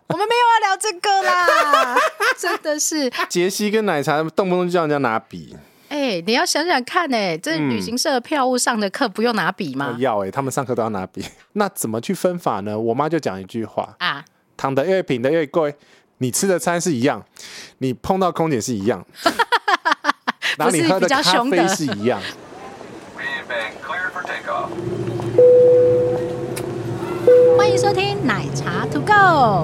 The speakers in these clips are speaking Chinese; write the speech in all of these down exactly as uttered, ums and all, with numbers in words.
我们没有要聊这个啦，真的是。 杰西跟奶茶动不动就叫人家拿笔。 哎、欸，你要想想看、欸，哎，这旅行社的票务上的课不用拿笔吗？ 嗯、要哎、欸，他们上课都要拿笔。那怎么去分法呢？我妈就讲一句话啊，躺得越平的越贵，你吃的餐是一样，你碰到空姐是一样，然后你喝的咖啡是一样。 欢迎收听奶茶 To Go。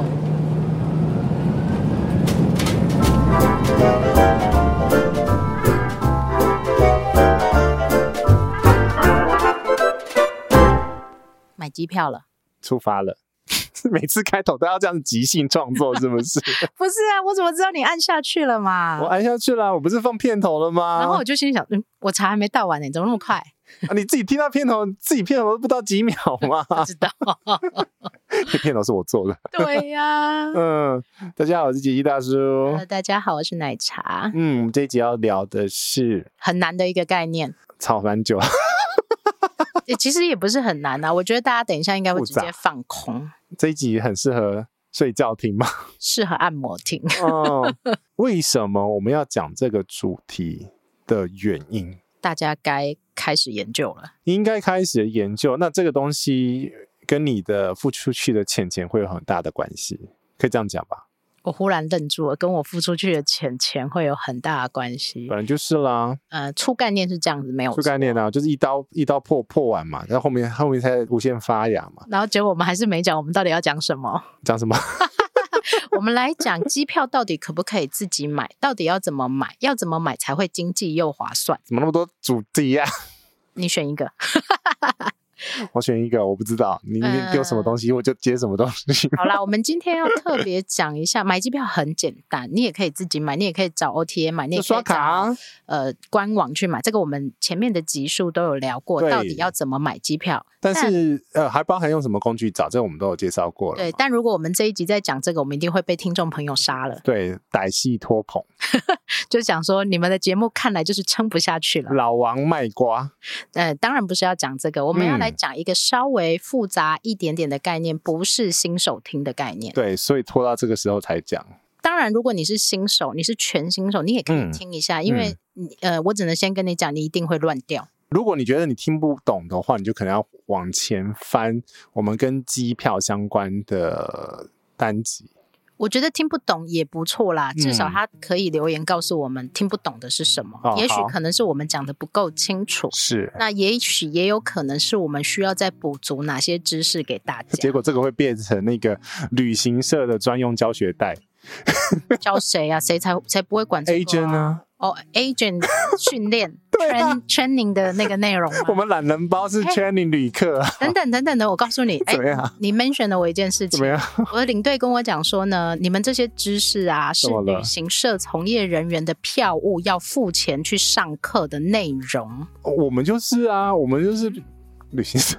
买机票了， 出发了。每次开头都要这样即兴创作，是不是？ 不是啊，我怎么知道你按下去了嘛？ 我按下去了，我不是放片头了吗？ 然后我就心里想，嗯，我茶还没倒完呢，怎么那么快？ 啊、你自己听到片头，自己片头都不到几秒吗？ 不知道， 片头是我做的。 对呀、啊。 嗯，大家好，我是杰西大叔。 呃、大家好，我是奶茶。 嗯，我们这一集要聊的是很难的一个概念， 吵蛮久。 其实也不是很难啊，我觉得大家等一下应该会直接放空。 这一集很适合睡觉听吗？ 适合按摩听。 哦，为什么我们要讲这个主题的原因？ 大家该开始研究了。 应该开始研究，那这个东西跟你的付出去的钱钱会有很大的关系，可以这样讲吧？ 我忽然愣住了，跟我付出去的钱钱会有很大的关系。 本来就是啦。 呃，初概念是这样子，没有错。 初概念啊，就是一刀一刀破破完嘛，然后后面后面才无限发芽嘛。 然后结果我们还是没讲，我们到底要讲什么？ 讲什么？ 我们来讲机票到底可不可以自己买，到底要怎么买，要怎么买才会经济又划算？ 怎么那么多主题啊？ 你选一个。 我选一个，我不知道你给我什么东西、呃、我就接什么东西。 好啦，我们今天要特别讲一下，买机票很简单，你也可以自己买，你也可以找 O T A 买，你也可以找刷卡、啊、 呃官网去买。这个我们前面的集数都有聊过，到底要怎么买机票。 但是但呃，还包含用什么工具找，这个我们都有介绍过了。 对，但如果我们这一集在讲这个，我们一定会被听众朋友杀了。 对，歹戏拖棚。 就讲说你们的节目看来就是撑不下去了。 老王卖瓜。 呃，当然不是要讲这个，我们要来讲一个稍微复杂一点点的概念，不是新手听的概念。 对，所以拖到这个时候才讲。 当然如果你是新手，你是全新手，你也可以听一下、嗯、因为、嗯、呃，我只能先跟你讲，你一定会乱掉。 如果你觉得你听不懂的话，你就可能要往前翻我们跟机票相关的单集。 我觉得听不懂也不错啦，至少他可以留言告诉我们听不懂的是什么、嗯、也许可能是我们讲的不够清楚， 是， 那也许也有可能是我们需要再补足哪些知识给大家， 结果这个会变成那个旅行社的专用教学带。 教谁啊？谁才才不会管这个、啊、 agent 啊？ 哦、oh, agent 训练对、啊、 training 的那个内容吗？ 我们懒人包是 training 旅客、啊、 等等等等的，我告诉你， 怎么样？ 你 mention 了我一件事情， 怎么样？ 我的领队跟我讲说呢，你们这些知识啊，是旅行社从业人员的票务要付钱去上课的内容。 我们就是啊，我们就是旅行社。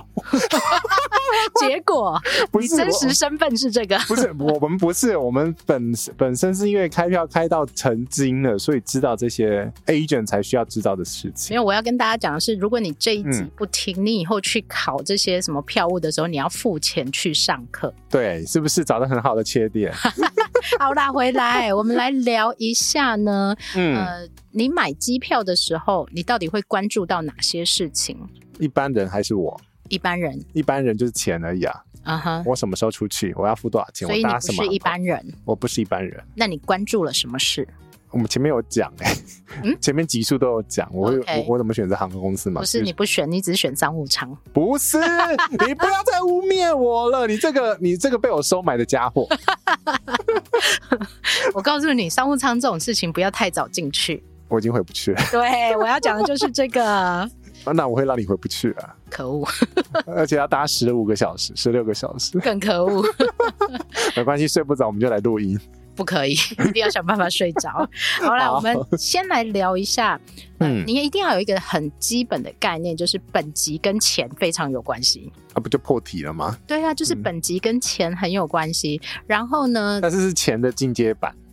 结果你真实身份是这个？ 不是，我们不是，我们 本, 本身是因为开票开到成精了，所以知道这些 agent 才需要知道的事情。 没有，我要跟大家讲的是，如果你这一集不听、嗯、你以后去考这些什么票务的时候，你要付钱去上课。 对，是不是找到很好的切点？ 好啦，回来我们来聊一下呢、嗯呃、你买机票的时候你到底会关注到哪些事情？ 一般人还是我？一般人一般人就是钱而已啊。uh -huh. 我什么时候出去，我要付多少钱， 所以你不是一般人。 我不是一般人。 那你关注了什么事？ 我们前面有讲哎、欸嗯，前面集数都有讲，我会、okay. 我, 我怎么选择航空公司嘛？ 不是你不选，你只选商务舱。 不是，你不要再污蔑我了，你这个你这个被我收买的家伙。 我告诉你，商务舱这种事情不要太早进去。 我已经回不去了。 对，我要讲的就是这个。 那我会让你回不去啊！ 可恶！ 而且要搭十五个小时、十六个小时， 更可恶。 没关系，睡不着我们就来录音。 不可以，一定要想办法睡着。好啦，我们先来聊一下、呃嗯、你一定要有一个很基本的概念，就是本级跟钱非常有关系。 啊，不就破题了吗？ 对啊，就是本级跟钱很有关系、嗯、然后呢， 但是是钱的进阶版。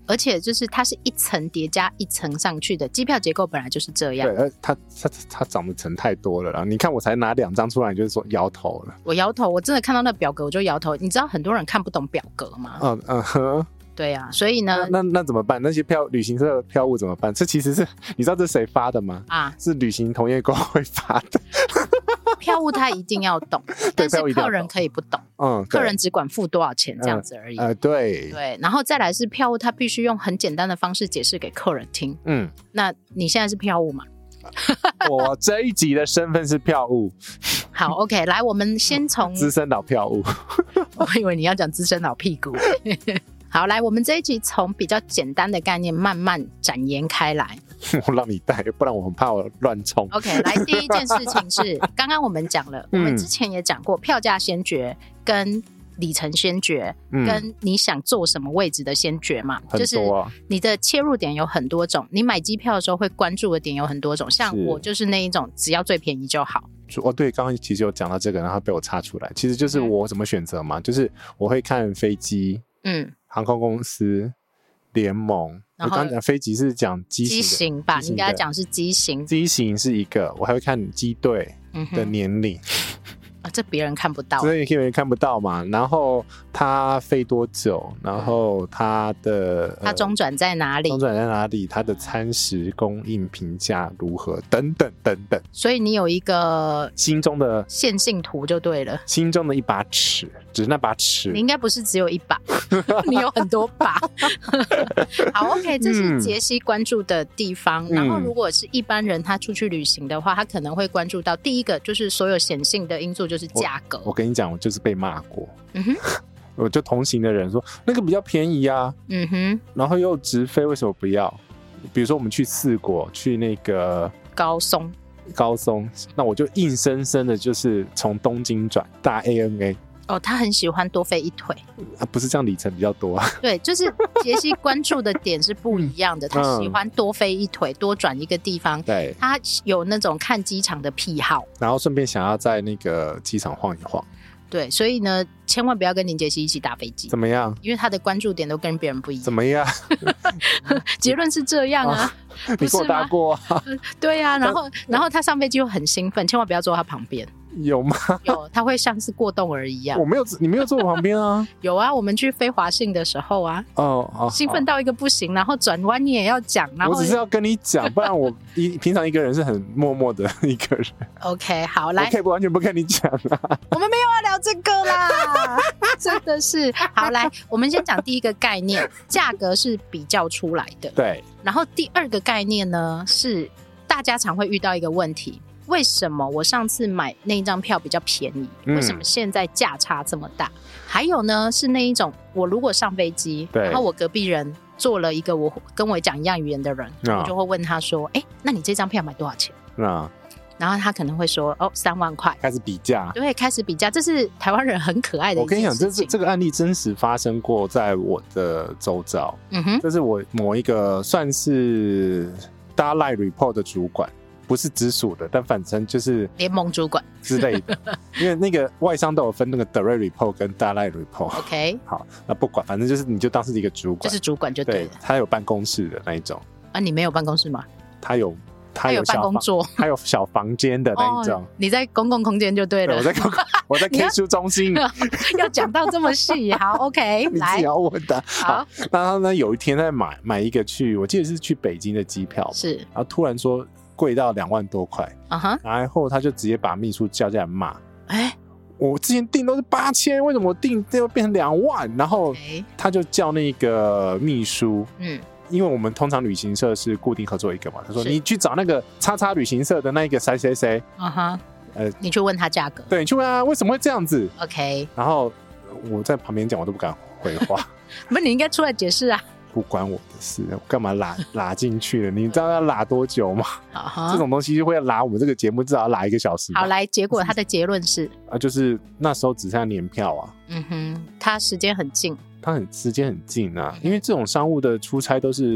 而且就是它是一层叠加一层上去的，机票结构本来就是这样。 对，它它它长的层太多了啦，你看我才拿两张出来，你就是说摇头了。 我摇头，我真的看到那表格我就摇头。你知道很多人看不懂表格吗？ 嗯嗯哼。 对啊，所以呢， 那 那, 那怎么办？那些票旅行社的票务怎么办？这其实是你知道这谁发的吗？ 啊， 是旅行同业公会发的。 票务他一定要懂，但是客人可以不懂。嗯，客人只管付多少钱这样子而已。 呃，呃对对，然后再来是票务，他必须用很简单的方式解释给客人听。嗯，那你现在是票务吗？ 我这一集的身份是票务。 好 ，OK， 来，我们先从资深老票务。 我以为你要讲资深老屁股。好，来，我们这一集从比较简单的概念慢慢展延开来。 我让你带，不然我很怕我乱冲。 OK， 来，第一件事情是，刚刚我们讲了，我们之前也讲过，票价先决跟里程先决，嗯、跟你想坐什么位置的先决嘛， 很多啊， 就是你的切入点有很多种，你买机票的时候会关注的点有很多种，像我就是那一种，只要最便宜就好。 哦，对，刚刚其实有讲到这个，然后被我插出来，其实就是我怎么选择嘛，嗯、就是我会看飞机，嗯。航空公司、联盟，我刚讲飞机是讲机型，机型吧，应该讲是机型。 机型是一个，我还会看机队的年龄。 啊，这别人看不到， 所以别人看不到嘛。然后它飞多久？然后它的它中转在哪里？ 中转在哪里？它的餐食供应评价如何？等等等等。 所以你有一个心中的线性图就对了， 心中的一把尺，只是那把尺。 你应该不是只有一把，你有很多把。好 ，OK， 这是杰西关注的地方。嗯、然后如果是一般人他出去旅行的话，他可能会关注到第一个就是所有显性的因素。就是价格。 我, 我跟你讲，我就是被骂过。嗯哼，我就同行的人说那个比较便宜啊，嗯哼，然后又直飞，为什么不要？比如说我们去四国，去那个高松， 高松，那我就硬生生的就是从东京转大 A N A。 哦，他很喜欢多飞一腿啊，不是这样里程比较多啊。 对，就是杰西关注的点是不一样的，他喜欢多飞一腿，多转一个地方。 对， 他有那种看机场的癖好， 然后顺便想要在那个机场晃一晃。 对，所以呢，千万不要跟林杰西一起搭飞机。 怎么样？ 因为他的关注点都跟别人不一样。 怎么样？ 结论是这样啊， 哦、你跟我搭过啊？ 对啊，然后然后他上飞机又很兴奋，千万不要坐他旁边。 有吗？ 有，他会像是过动儿一样。 我没有，你没有坐我旁边啊？ 有啊，我们去飞华信的时候啊，哦，哦兴奋到一个不行，然后转弯你也要讲，然后我只是要跟你讲，不然我一平常一个人是很默默的一个人。 OK， 好，来， 我可以不完全不跟你讲啊。 我们没有要聊这个啦，真的是。好，来，我们先讲第一个概念，价格是比较出来的。 对。 然后第二个概念呢，是大家常会遇到一个问题。为什么我上次买那一张票比较便宜？嗯、为什么现在价差这么大？还有呢，是那一种我如果上飞机，然后我隔壁人坐了一个我跟我讲一样语言的人，啊、我就会问他说：“哎，那你这张票买多少钱？”啊、然后他可能会说：“哦，三万块。” 开始比价， 对，开始比价，这是台湾人很可爱的一件事情。我跟你讲， 这这个案例真实发生过在我的周遭。嗯哼，这是我某一个算是 Starline Report 的主管。不是直属的，但反正就是联盟主管之类的，因为那个外商都有分那个 direct report 跟 direct report。OK， 好，那不管，反正就是你就当是一个主管， 就是主管就对了。 对，他有办公室的那一种啊，你没有办公室吗？ 他有， 他有办公桌， 他有小房间的那一种。哦、 你在公共空间就对了。 对我在公共，我在 K 书中心。 要讲到这么细，好 ，OK， 你自己要问的。好，那他呢？有一天在买买一个去，我记得是去北京的机票， 是， 然后突然说。贵到两万多块， uh-huh. 然后他就直接把秘书叫进来骂，哎，我之前订都是八千，为什么我订又变成两万？然后他就叫那个秘书，嗯，因为我们通常旅行社是固定合作一个嘛，他说你去找那个叉叉旅行社的那个谁谁谁，啊哈， 呃，你去问他价格， 对，你去问他为什么会这样子 ，OK， 然后我在旁边讲，我都不敢回话， 不是你应该出来解释啊。 不关我的事，我干嘛拉拉进去了？你知道要拉多久吗？ uh-huh. 这种东西就会拉我们这个节目至少要拉一个小时。 好，来，结果他的结论是啊，就是那时候只剩下年票啊。 嗯哼，他时间很近， 他很时间很近啊，因为这种商务的出差都是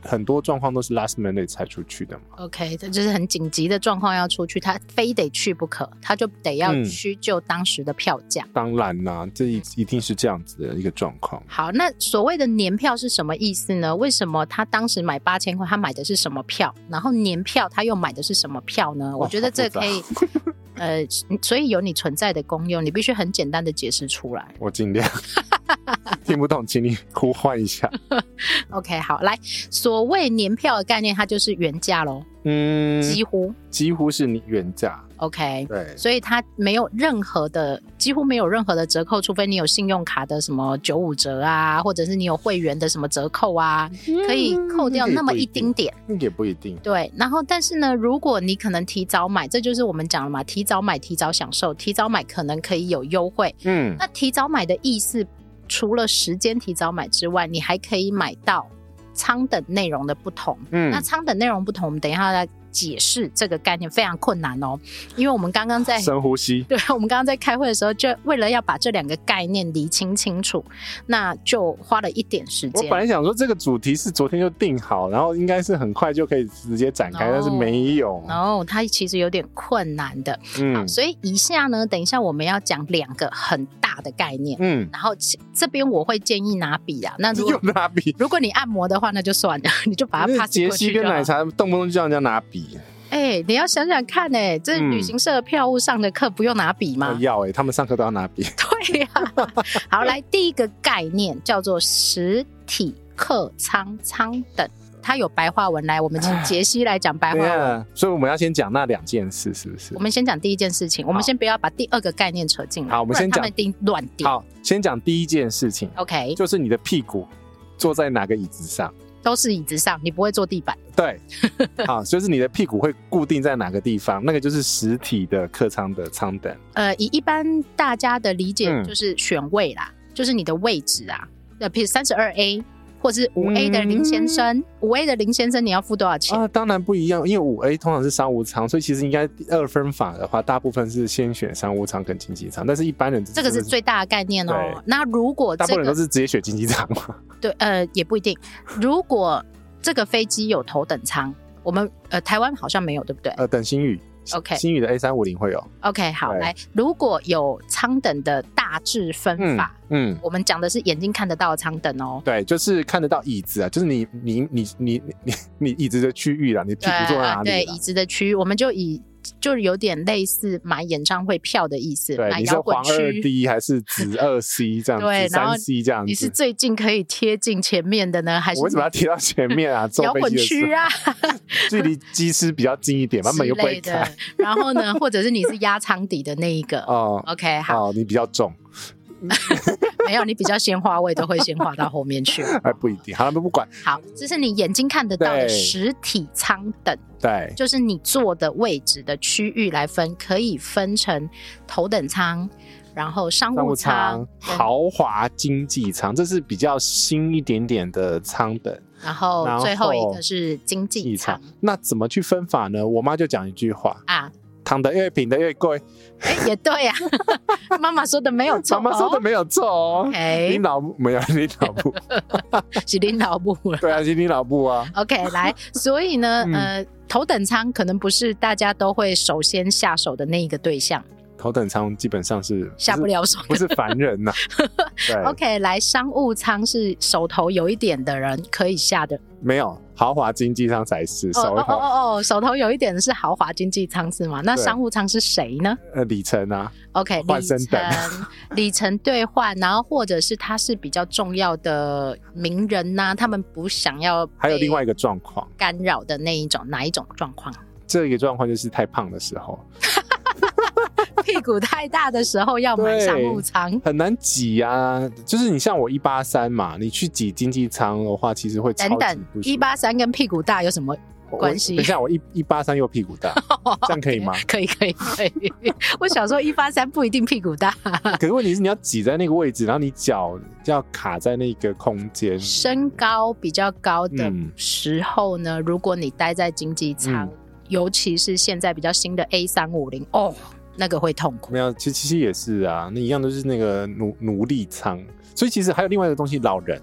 很多状况都是 last minute 才出去的嘛。 OK， 这就是很紧急的状况要出去，他非得去不可，他就得要屈就当时的票价。嗯、 当然啦、啊，这一定是这样子的一个状况。 好，那所谓的年票是什么意思呢？为什么他当时买八千块，他买的是什么票？然后年票他又买的是什么票呢？我觉得这可以。呃，所以有你存在的功用，你必须很简单的解释出来。 我尽量听不懂，请你呼唤一下。 OK， 好，来，所谓年票的概念，它就是原价咯。嗯，几乎几乎是你原价。 OK， 对， 所以它没有任何的，几乎没有任何的折扣，除非你有信用卡的什么九五折啊，或者是你有会员的什么折扣啊，嗯、可以扣掉那么一丁点。 那也不一定。 对，然后但是呢，如果你可能提早买，这就是我们讲的嘛，提早买提早享受，提早买可能可以有优惠。嗯，那提早买的意思，除了时间提早买之外，你还可以买到舱等内容的不同。嗯，那舱等内容不同，我们等一下再解释这个概念非常困难哦，因为我们刚刚在深呼吸， 对，我们刚刚在开会的时候，就为了要把这两个概念理清清楚，那就花了一点时间。 我本来想说这个主题是昨天就定好，然后应该是很快就可以直接展开， no, 但是没有。 no， 它其实有点困难的。嗯，好，所以以下呢，等一下我们要讲两个很大的概念。嗯，然后这边我会建议拿笔啊，那如果拿笔， 如果你按摩的话，那就算了，你就把它 pass 过去就好。 杰西跟奶茶动不动就叫人家拿笔。 哎、欸，你要想想看、欸，哎，这旅行社的票务上的课不用拿笔吗？ 嗯、要哎、欸，他们上课都要拿笔。 对呀、啊。好，来第一个概念叫做实体客舱舱等，它有白话文，来，我们请杰西来讲白话文、啊。 所以我们要先讲那两件事，是不是？ 我们先讲第一件事情，我们先不要把第二个概念扯进来。 好，我们先讲，他们一定乱掉。 好，先讲第一件事情。 OK， 就是你的屁股坐在哪个椅子上？ 都是椅子上，你不会坐地板。 对，好，就是你的屁股会固定在哪个地方，那个就是实体的客舱的舱等。 呃，以一般大家的理解就是选位啦，嗯、就是你的位置啊，呃，譬如三十二 A 或是五 A 的林先生，五、嗯、A 的林先生你要付多少钱？ 啊，当然不一样，因为五 A 通常是商务舱，所以其实应该二分法的话，大部分是先选商务舱跟经济舱，但是一般人这个是最大的概念哦。那如果、这个、 大部分人都是直接选经济舱嘛？ 对，呃，也不一定。如果这个飞机有头等舱，我们呃台湾好像没有，对不对？ 呃，等星宇 ，OK， 星宇的 A 三五零会有。 OK， 好，来，如果有舱等的大致分法，嗯，嗯我们讲的是眼睛看得到的舱等哦。 对，就是看得到椅子啊，就是你你你你你你椅子的区域啦，你屁股坐在哪里？ 对，椅子的区域，我们就以。就有点类似买演唱会票的意思， 对， 买你是黄二 D 还是紫二 C 这样子， 对， 三 C 这样子， 你是最近可以贴近前面的呢，还是我为什么要贴到前面啊？ 摇滚区啊， 距离机师比较近一点，门又不会开。 然后呢，或者是你是压舱底的那一个哦 ，OK， 好， 哦，你比较重。 没有，你比较鲜花位都会先滑到后面去。 哎，不一定，好了，不管。 好，这是你眼睛看得到的实体舱等， 对， 就是你坐的位置的区域来分，可以分成头等舱，然后商务舱、 豪华经济舱，这是比较新一点点的舱等。 然后最后一个是经济舱。 那怎么去分法呢？我妈就讲一句话啊。躺得越平的越贵， 哎、欸，也对呀、啊，妈妈说的没有错、哦， 妈妈说的没有错哦。 Okay. 你老母没有，你老母是你老母了， 对啊，是你老母啊。 OK， 来，所以呢，嗯、呃，头等舱可能不是大家都会首先下手的那一个对象。 头等舱基本上是下不了手的， 不是凡人呐、啊。对 ，OK， 来商务舱是手头有一点的人可以下的， 没有豪华经济舱才是。 哦哦哦哦，手头有一点的是豪华经济舱是吗？那商务舱是谁呢？ 呃，里程啊 ，OK， 里程里程兑换，然后或者是他是比较重要的名人呐、啊，他们不想要。 还有另外一个状况， 干扰的那一种，哪一种状况？ 这个状况就是太胖的时候。 屁股太大的时候要买商务舱， 很难挤啊。就是你像我一八三嘛，你去挤经济舱的话，其实会超级不舒服。 等等，一八三跟屁股大有什么关系？ 等一下，我一一八三又屁股大，这样可以吗？ 可以，可以，可以。我小时候一八三不一定屁股大， 可是问题是你要挤在那个位置，然后你脚要卡在那个空间。 身高比较高的时候呢，嗯、如果你待在经济舱、嗯，尤其是现在比较新的 A 三五零哦。那个会痛苦， 没有，其实其实也是啊，那一样都是那个奴奴隶舱，所以其实还有另外一个东西，老人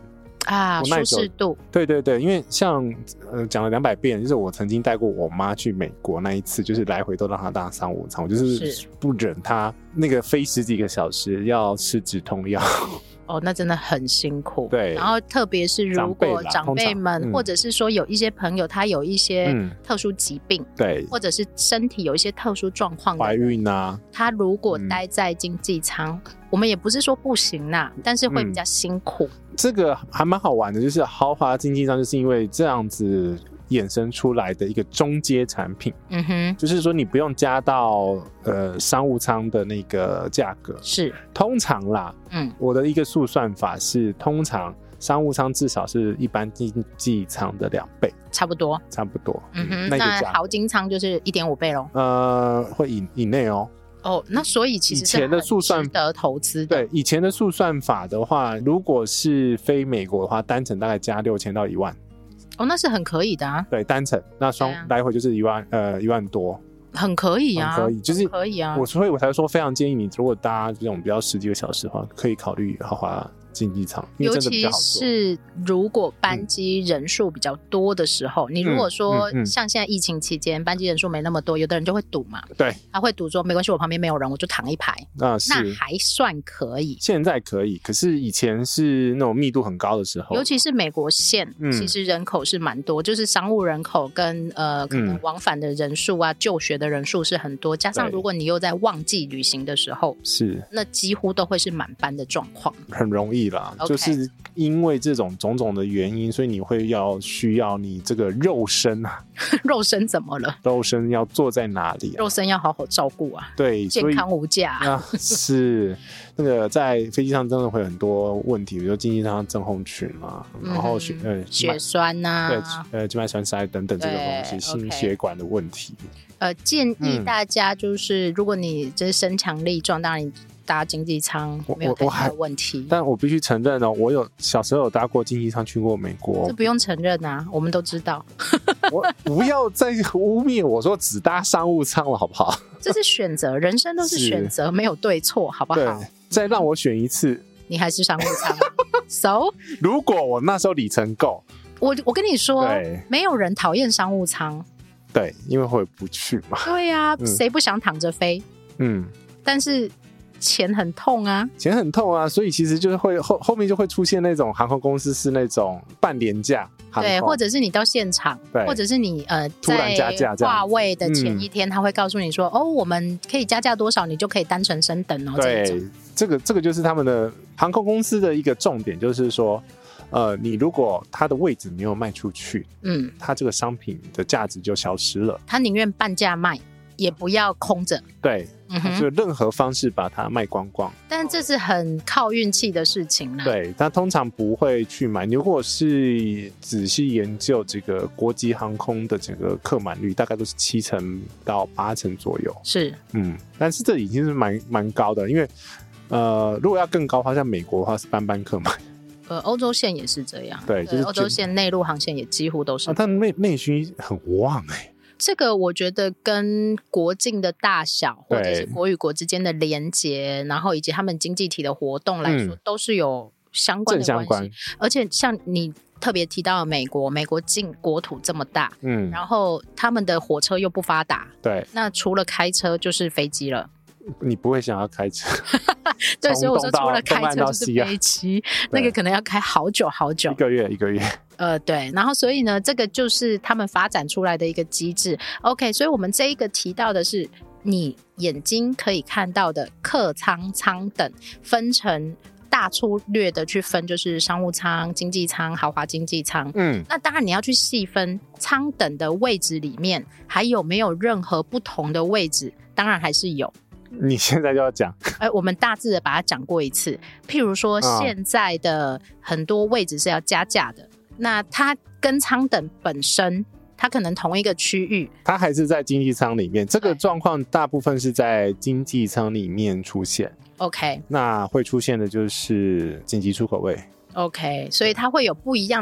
啊，舒适度。 对对对，因为像呃讲了两百遍，就是我曾经带过我妈去美国那一次，就是来回都让她搭商务舱，我就是不忍她那个飞十几个小时要吃止痛药。 哦，那真的很辛苦。 对， 然后特别是如果长辈们、嗯、或者是说有一些朋友他有一些特殊疾病、嗯、 对， 或者是身体有一些特殊状况的， 怀孕啊， 他如果待在经济舱、嗯、我们也不是说不行啦，但是会比较辛苦、 嗯、这个还蛮好玩的，就是豪华经济舱就是因为这样子衍生出来的一个中阶产品。 嗯哼， 就是说你不用加到呃商务舱的那个价格， 是通常啦，嗯，我的一个速算法是通常商务舱至少是一般经济舱的两倍， 差不多， 差不多。 嗯哼，那, 那豪金舱就是一点五倍咯。 呃，会以以内哦。 哦，那所以其实是很值得投资的。 对，以前的速算法的话，如果是飞美国的话，单程大概加六千到一万。 哦，那是很可以的啊。 对，单程那双、啊、来回就是一万呃一万多， 很可以啊， 很可以，就是可以啊。 我所以我才说非常建议你，如果搭这种比较十几个小时的话，可以考虑豪华经济舱， 尤其是如果班机人数比较多的时候、嗯、你如果说像现在疫情期间、嗯嗯、班机人数没那么多，有的人就会赌嘛， 对， 他会赌说没关系，我旁边没有人，我就躺一排、 啊、是那还算可以。 现在可以，可是以前是那种密度很高的时候， 尤其是美国线、嗯、其实人口是蛮多，就是商务人口跟呃可能往返的人数啊、嗯、就学的人数是很多，加上如果你又在旺季旅行的时候， 是那几乎都会是满班的状况， 很容易啦、okay. 就是因为这种种种的原因，所以你会要需要你这个肉身啊肉身怎么了？ 肉身要坐在哪里、啊、 肉身要好好照顾啊， 对， 健康无价、啊啊、是那个在飞机上真的会有很多问题，比如说经济舱症候群啊、嗯、然后血、呃、 血栓啊， 对，呃静脉栓塞等等这个东西，心血管的问题。 呃，建议大家就是、嗯、如果你就是身强力壮，当然你搭经济舱没有太大的问题， 但我必须承认哦，我有小时候有搭过经济舱去过美国， 这不用承认啊，我们都知道。 我不要再污蔑我说只搭商务舱了，好不好？ 这是选择，人生都是选择，没有对错，好不好？ 对，再让我选一次，你还是商务舱。So， 如果我那时候里程够， 我我跟你说，没有人讨厌商务舱。 对，因为回不去嘛。 对啊，嗯、谁不想躺着飞？嗯，但是钱很痛啊， 钱很痛啊，所以其实就是会后后面就会出现那种航空公司是那种半廉价， 对，或者是你到现场，或者是你呃突然加价， 在挂位的前一天、嗯，他会告诉你说，哦，我们可以加价多少，你就可以单程升等哦。 对， 这, 这个这个就是他们的航空公司的一个重点，就是说。呃，你如果它的位置没有卖出去，嗯，它这个商品的价值就消失了。 他宁愿半价卖，也不要空着。对， 嗯、就任何方式把它卖光光。 但这是很靠运气的事情啦。 对，他通常不会去买。如果是仔细研究这个国际航空的整个客满率，大概都是七成到八成左右。 是， 嗯，但是这已经是蛮蛮高的，因为呃，如果要更高的话，像美国的话是班班客满。 呃，欧洲线也是这样， 对，就是欧洲线内陆航线也几乎都是， 啊、但内内需很旺哎、欸。 这个我觉得跟国境的大小，或者是国与国之间的连结，然后以及他们经济体的活动来说，嗯、都是有相关的关系。关而且像你特别提到的美国，美国境国土这么大，嗯，然后他们的火车又不发达， 对， 那除了开车就是飞机了。 你不会想要开车。 对，所以我说除了开车就是飞机，那个可能要开好久好久， 一个月一个月。 呃，对，然后所以呢，这个就是他们发展出来的一个机制。OK， 所以我们这一个提到的是你眼睛可以看到的客舱舱等，分成大粗略的去分，就是商务舱、经济舱、豪华经济舱。嗯，那当然你要去细分舱等的位置里面还有没有任何不同的位置，当然还是有。 你现在就要讲、 欸、我们大致的把它讲过一次。譬如说现在的很多位置是要加价的、哦、那它跟舱等本身它可能同一个区域， 它还是在经济舱里面，这个状况大部分是在经济舱里面出现。 OK， 那会出现的就是紧急出口位。 OK， 所以它会有不一样的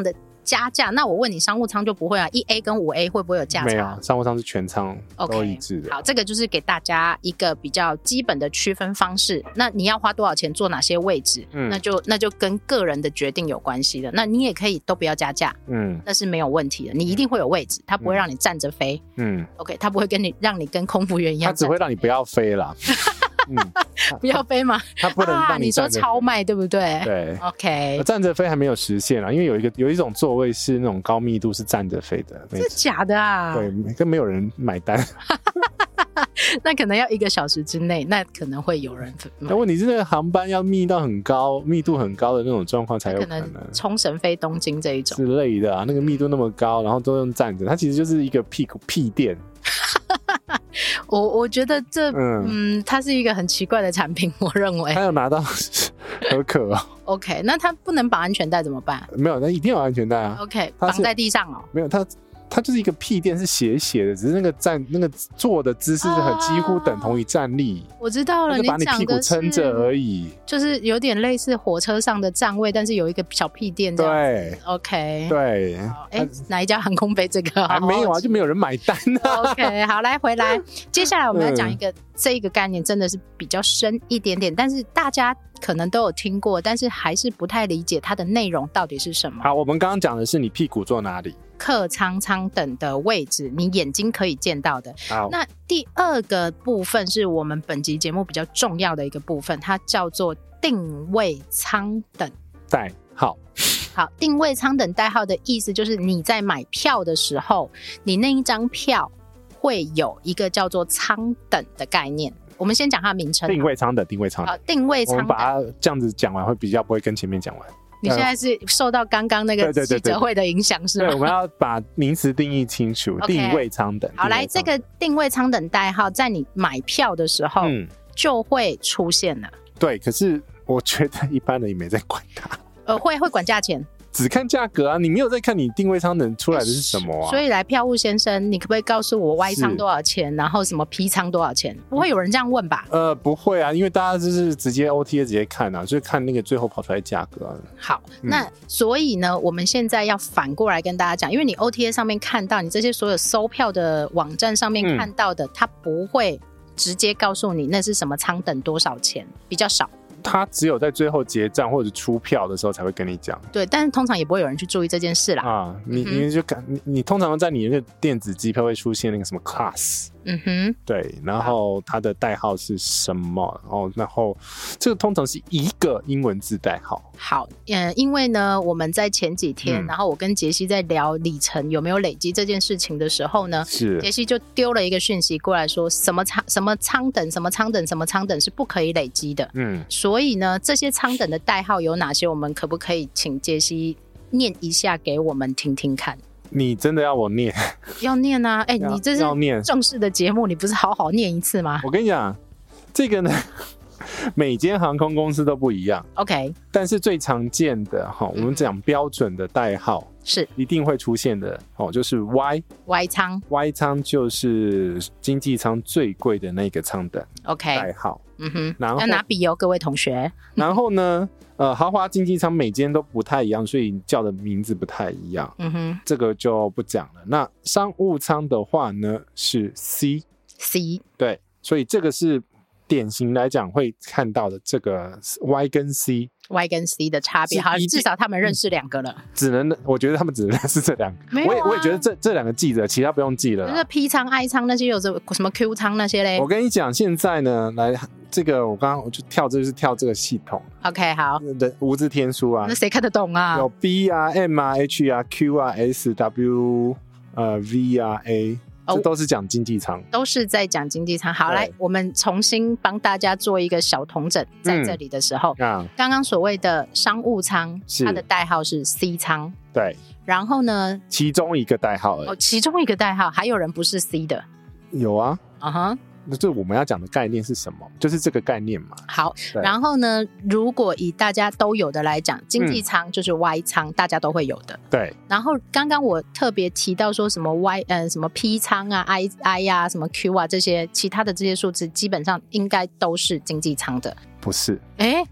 加价，那我问你，商务舱就不会啊？一 A 跟五 A 会不会有价差？ 没有，商务舱是全舱都一致的。 Okay, 好，这个就是给大家一个比较基本的区分方式。那你要花多少钱坐哪些位置，嗯、那就那就跟个人的决定有关系的。那你也可以都不要加价，嗯，那是没有问题的。你一定会有位置，它不会让你站着飞，嗯 ，OK， 它不会跟你让你跟空服员一样， 它只会让你不要飞啦。 嗯、不要飞吗？ 它不能让你站着飞、啊、 你说超卖对不对？ 对 ，OK， 站着飞还没有实现啦，因为有一个有一种座位是那种高密度是站着飞的， 是假的啊？ 对，跟没有人买单。 那可能要一个小时之内，那可能会有人买。 那问题是那个航班要密到很高、密度很高的那种状况才有可能。 可能冲绳飞东京这一种之类的啊，那个密度那么高，然后都用站着，它其实就是一个屁股屁垫。 我我觉得这嗯, 嗯，它是一个很奇怪的产品，我认为。 他有拿到合可哦。 OK， 那他不能绑安全带怎么办？ 没有，那一定有安全带啊。 OK， 绑在地上哦。 没有，它它就是一个屁垫，是斜斜的，只是那个站那个坐的姿势是很几乎等同于站立。 啊、我知道了， 你把你屁股撑着而已， 就是有点类似火车上的站位，但是有一个小屁垫这样子。 对 ，OK， 对。 哎、欸，哪一家航空飞这个？ 还没有啊，就没有人买单啊。 OK， 好，来回来，接下来我们要讲一个、嗯、这一个概念，真的是比较深一点点，但是大家可能都有听过，但是还是不太理解它的内容到底是什么。 好，我们刚刚讲的是你屁股坐哪里。 客舱舱等的位置，你眼睛可以见到的。 好， 那第二个部分是我们本集节目比较重要的一个部分，它叫做定位舱等代号。 好，定位舱等代号的意思就是你在买票的时候，你那一张票会有一个叫做舱等的概念。我们先讲它的名称， 定位舱等，定位舱等。 好，定位舱等， 我们把它这样子讲完，会比较不会跟前面讲完。 你现在是受到刚刚那个记者会的影响是吗？ 对，我们要把名词定义清楚。定位舱等。 好，来，这个定位舱等代号在你买票的时候、嗯、就会出现了。 对，可是我觉得一般人也没在管它。 呃，会会管价钱。 只看价格啊，你没有在看你定位舱等出来的是什么啊？ 所以来，票务先生，你可不可以告诉我 Y 舱多少钱，然后什么 P 舱多少钱？不会有人这样问吧？ 呃，不会啊，因为大家就是直接 O T A 直接看啊，就是看那个最后跑出来的价格啊。 好，嗯、那所以呢，我们现在要反过来跟大家讲，因为你 O T A 上面看到你这些所有搜票的网站上面看到的，嗯、它不会直接告诉你那是什么舱等多少钱，比较少。 他只有在最后结账或者出票的时候才会跟你讲， 对，但是通常也不会有人去注意这件事啦。啊， 你、嗯、你就感你你通常在你那个电子机票会出现那个什么 class， 嗯哼，对，然后它的代号是什么？哦，然后这个通常是一个英文字代号。 好，嗯，因为呢，我们在前几天，嗯、然后我跟杰西在聊里程有没有累积这件事情的时候呢， 是杰西就丢了一个讯息过来说，什么舱什么舱等什么舱等什么舱等是不可以累积的，嗯。所以呢，这些舱等的代号有哪些？我们可不可以请杰西念一下给我们听听看？ 你真的要我念？ 要念啊！哎、欸，你这是正式的节目，你不是好好念一次吗？ 我跟你讲，这个呢，每间航空公司都不一样。 OK， 但是最常见的哈，我们讲标准的代号是一定会出现的哦，就是 Y Y 舱 Y 舱就是经济舱最贵的那个舱等 OK 代号。 嗯哼，然后要拿笔哦，各位同学。 然后呢，呃，豪华经济舱每间都不太一样，所以叫的名字不太一样。嗯哼，这个就不讲了。那商务舱的话呢是 C C， 对，所以这个是典型来讲会看到的这个 Y 跟 C。 Y 跟 C 的差别，好，至少他们认识两个了。 只能，我觉得他们只能认识这两个。没有、啊，我也我也觉得这这两个记着，其他不用记了。 就是 P 舱、I 舱那些有什么 Q 舱那些嘞？ 我跟你讲，现在呢，来这个我刚刚我就跳，这就是跳这个系统。 OK， 好， 无字天书啊， 那谁看得懂啊？ 有 B 啊、M 啊、H 啊、Q 啊、S、W、呃 V 啊、A。这都是讲经济舱， 都是在讲经济舱。好，来，我们重新帮大家做一个小统整，在这里的时候，嗯、刚刚所谓的商务舱，它的代号是 C 舱， 对。 然后呢， 其中一个代号而已， 哦，其中一个代号，还有人不是 C 的？ 有啊， 啊哈、uh-huh。 那这我们要讲的概念是什么？就是这个概念嘛。 好，然后呢，如果以大家都有的来讲，经济舱就是 Y 舱、嗯，大家都会有的。 对。 然后刚刚我特别提到说什么 Y， 呃，什么 P 舱啊、I I 啊、什么 Q 啊这些其他的这些数字，基本上应该都是经济舱的。 不是。 哎，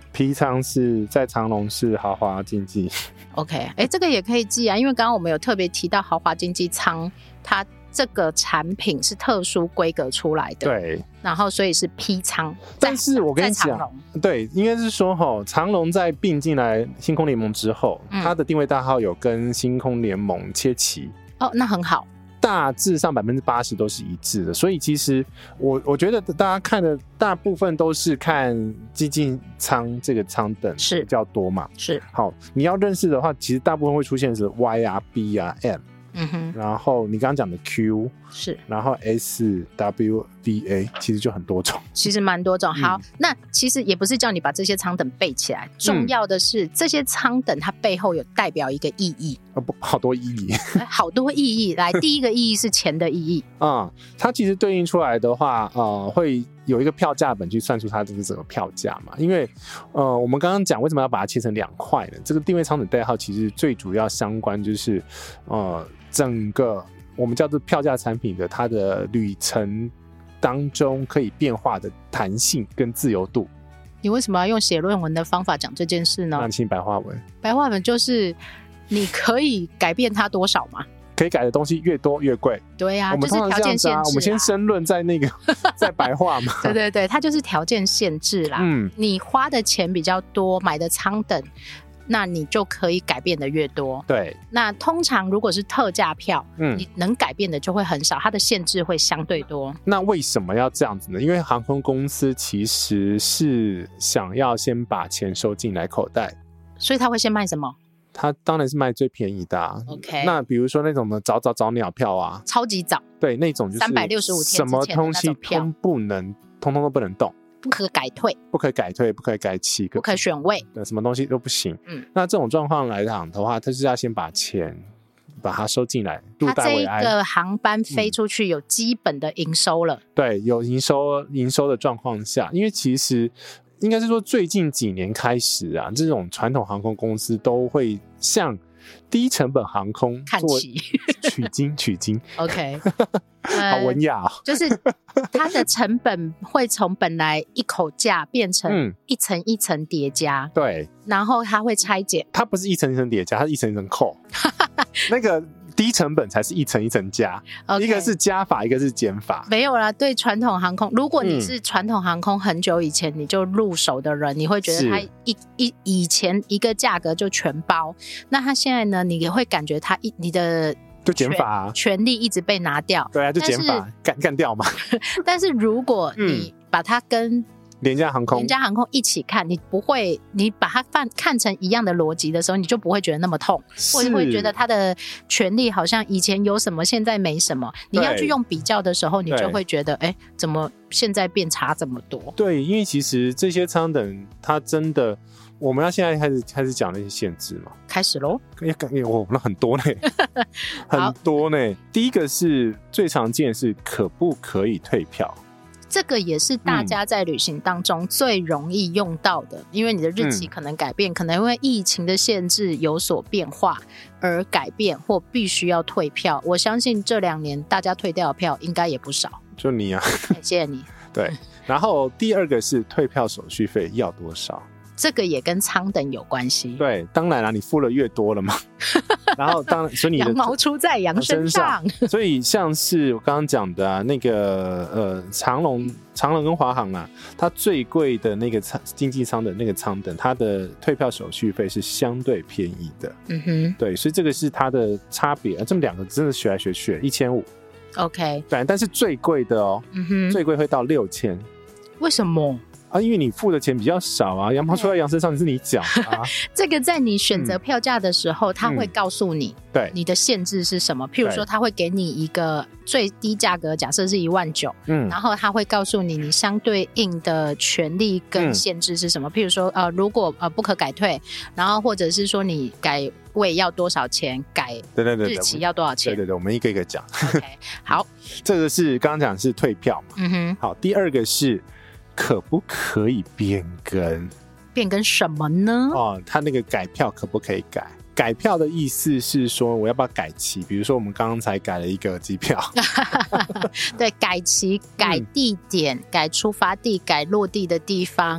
P 仓是在长荣是豪华经济。 OK， 哎、欸，这个也可以记啊，因为刚刚我们有特别提到豪华经济舱，它这个产品是特殊规格出来的， 对， 然后所以是 P 仓。 但是我跟你讲，对，应该是说哈，长荣在并进来星空联盟之后，嗯、它的定位代号有跟星空联盟切齐。 哦，那很好。 大致上百分之八十都是一致的，所以其实我我觉得大家看的大部分都是看基金舱这个舱等比较多嘛。 是， 好，你要认识的话，其实大部分会出现是 Y 啊、B 啊、M， 嗯哼，然后你刚刚讲的 Q 是， 然后 S W V A 其实就很多种， 其实蛮多种。好、嗯，那其实也不是叫你把这些舱等背起来，重要的是、嗯、这些舱等它背后有代表一个意义。 哦不，好多意义， 好多意义。来，第一个意义是钱的意义。 嗯，它其实对应出来的话，呃，会有一个票价本去算出它这个整个票价嘛。因为，呃，我们刚刚讲为什么要把它切成两块呢？这个定位舱等代号其实最主要相关就是，呃，整个我们叫做票价产品的它的旅程当中可以变化的弹性跟自由度。 你为什么要用写论文的方法讲这件事呢？ 那请白话文。 白话文就是你可以改变它多少嘛？ 可以改的东西越多越贵。 对啊， 我们就是条件限制、啊。 我们先申论在那个在白话嘛。 对对对，它就是条件限制啦。嗯，你花的钱比较多，买的舱等，那你就可以改变的越多。 对。 那通常如果是特价票，嗯，你能改变的就会很少，它的限制会相对多。 那为什么要这样子呢？因为航空公司其实是想要先把钱收进来口袋， 所以他会先卖什么？ 他当然是卖最便宜的啊。 OK， 那比如说那种的早早早鸟票啊， 超级早， 对，那种就是三百六十五天什么东西通不能，通通都不能动， 不可改退， 不可改退，不可改期， 不可选位， 对，什么东西都不行。嗯，那这种状况来讲的话，他是要先把钱把它收进来，入袋为安。 它这个航班飞出去有基本的营收了， 嗯、对，有营收营收的状况下，因为其实。应该是说，最近几年开始啊，这种传统航空公司都会向低成本航空看齐， 取经取经。 OK， 好文雅啊、哦！ 就是它的成本会从本来一口价变成一层一层叠加， 嗯、对， 然后它会拆减。 它不是一层一层叠加，它是一层一层扣。那个。低成本才是一层一层加， okay, 一个是加法，一个是减法。 没有啦，对传统航空，如果你是传统航空很久以前你就入手的人，你会觉得它一一以前一个价格就全包，那它现在呢，你也会感觉它一你的就减法、啊， 权利一直被拿掉。 对啊，就减法干干掉嘛。 但是如果你把它跟廉价航空廉价航空一起看，你不会，你把它看成一样的逻辑的时候，你就不会觉得那么痛，或者会觉得它的权利好像以前有什么现在没什么，你要去用比较的时候，你就会觉得哎，怎么现在变差这么多。 对，因为其实这些舱等它真的，我们要现在开始开始讲那些限制嘛， 开始咯。 哦，那很多呢很多呢。第一个是最常见的是可不可以退票， 这个也是大家在旅行当中最容易用到的、嗯、因为你的日期可能改变、嗯、可能因为疫情的限制有所变化而改变或必须要退票。我相信这两年大家退掉的票应该也不少。 就你啊谢谢你。 对，然后第二个是退票手续费要多少， 这个也跟舱等有关系。 对，当然啦，你付了越多了嘛然后当然，所以你的羊毛出在羊身上所以像是我刚刚讲的、啊、那个呃长荣长荣跟华航啊，它最贵的那个经济舱的那个舱等，它的退票手续费是相对便宜的。嗯哼，对，所以这个是它的差别、啊、这么两个真的学来学去一千五 OK， 对，但是最贵的哦、嗯哼，最贵会到六千。 为什么啊，因为你付的钱比较少啊，羊毛出在羊身上，是你缴啊。 这个在你选择票价的时候，他、嗯、会告诉你，对、嗯、你的限制是什么。譬如说，他会给你一个最低价格，假设是一万九，嗯，然后他会告诉你你相对应的权利跟限制是什么。嗯、譬如说，呃，如果呃不可改退，然后或者是说你改位要多少钱，改日期要多少钱。 对对对，我们一个一个讲。 OK， 好， 这个是刚刚讲是退票嘛。嗯哼，好，第二个是。可不可以变更？ 变更什么呢？ 哦，他那个改票可不可以改？改票的意思是说，我要不要改期？比如说，我们刚刚才改了一个机票， 对，改期、改地点、嗯、改出发地、改落地的地方。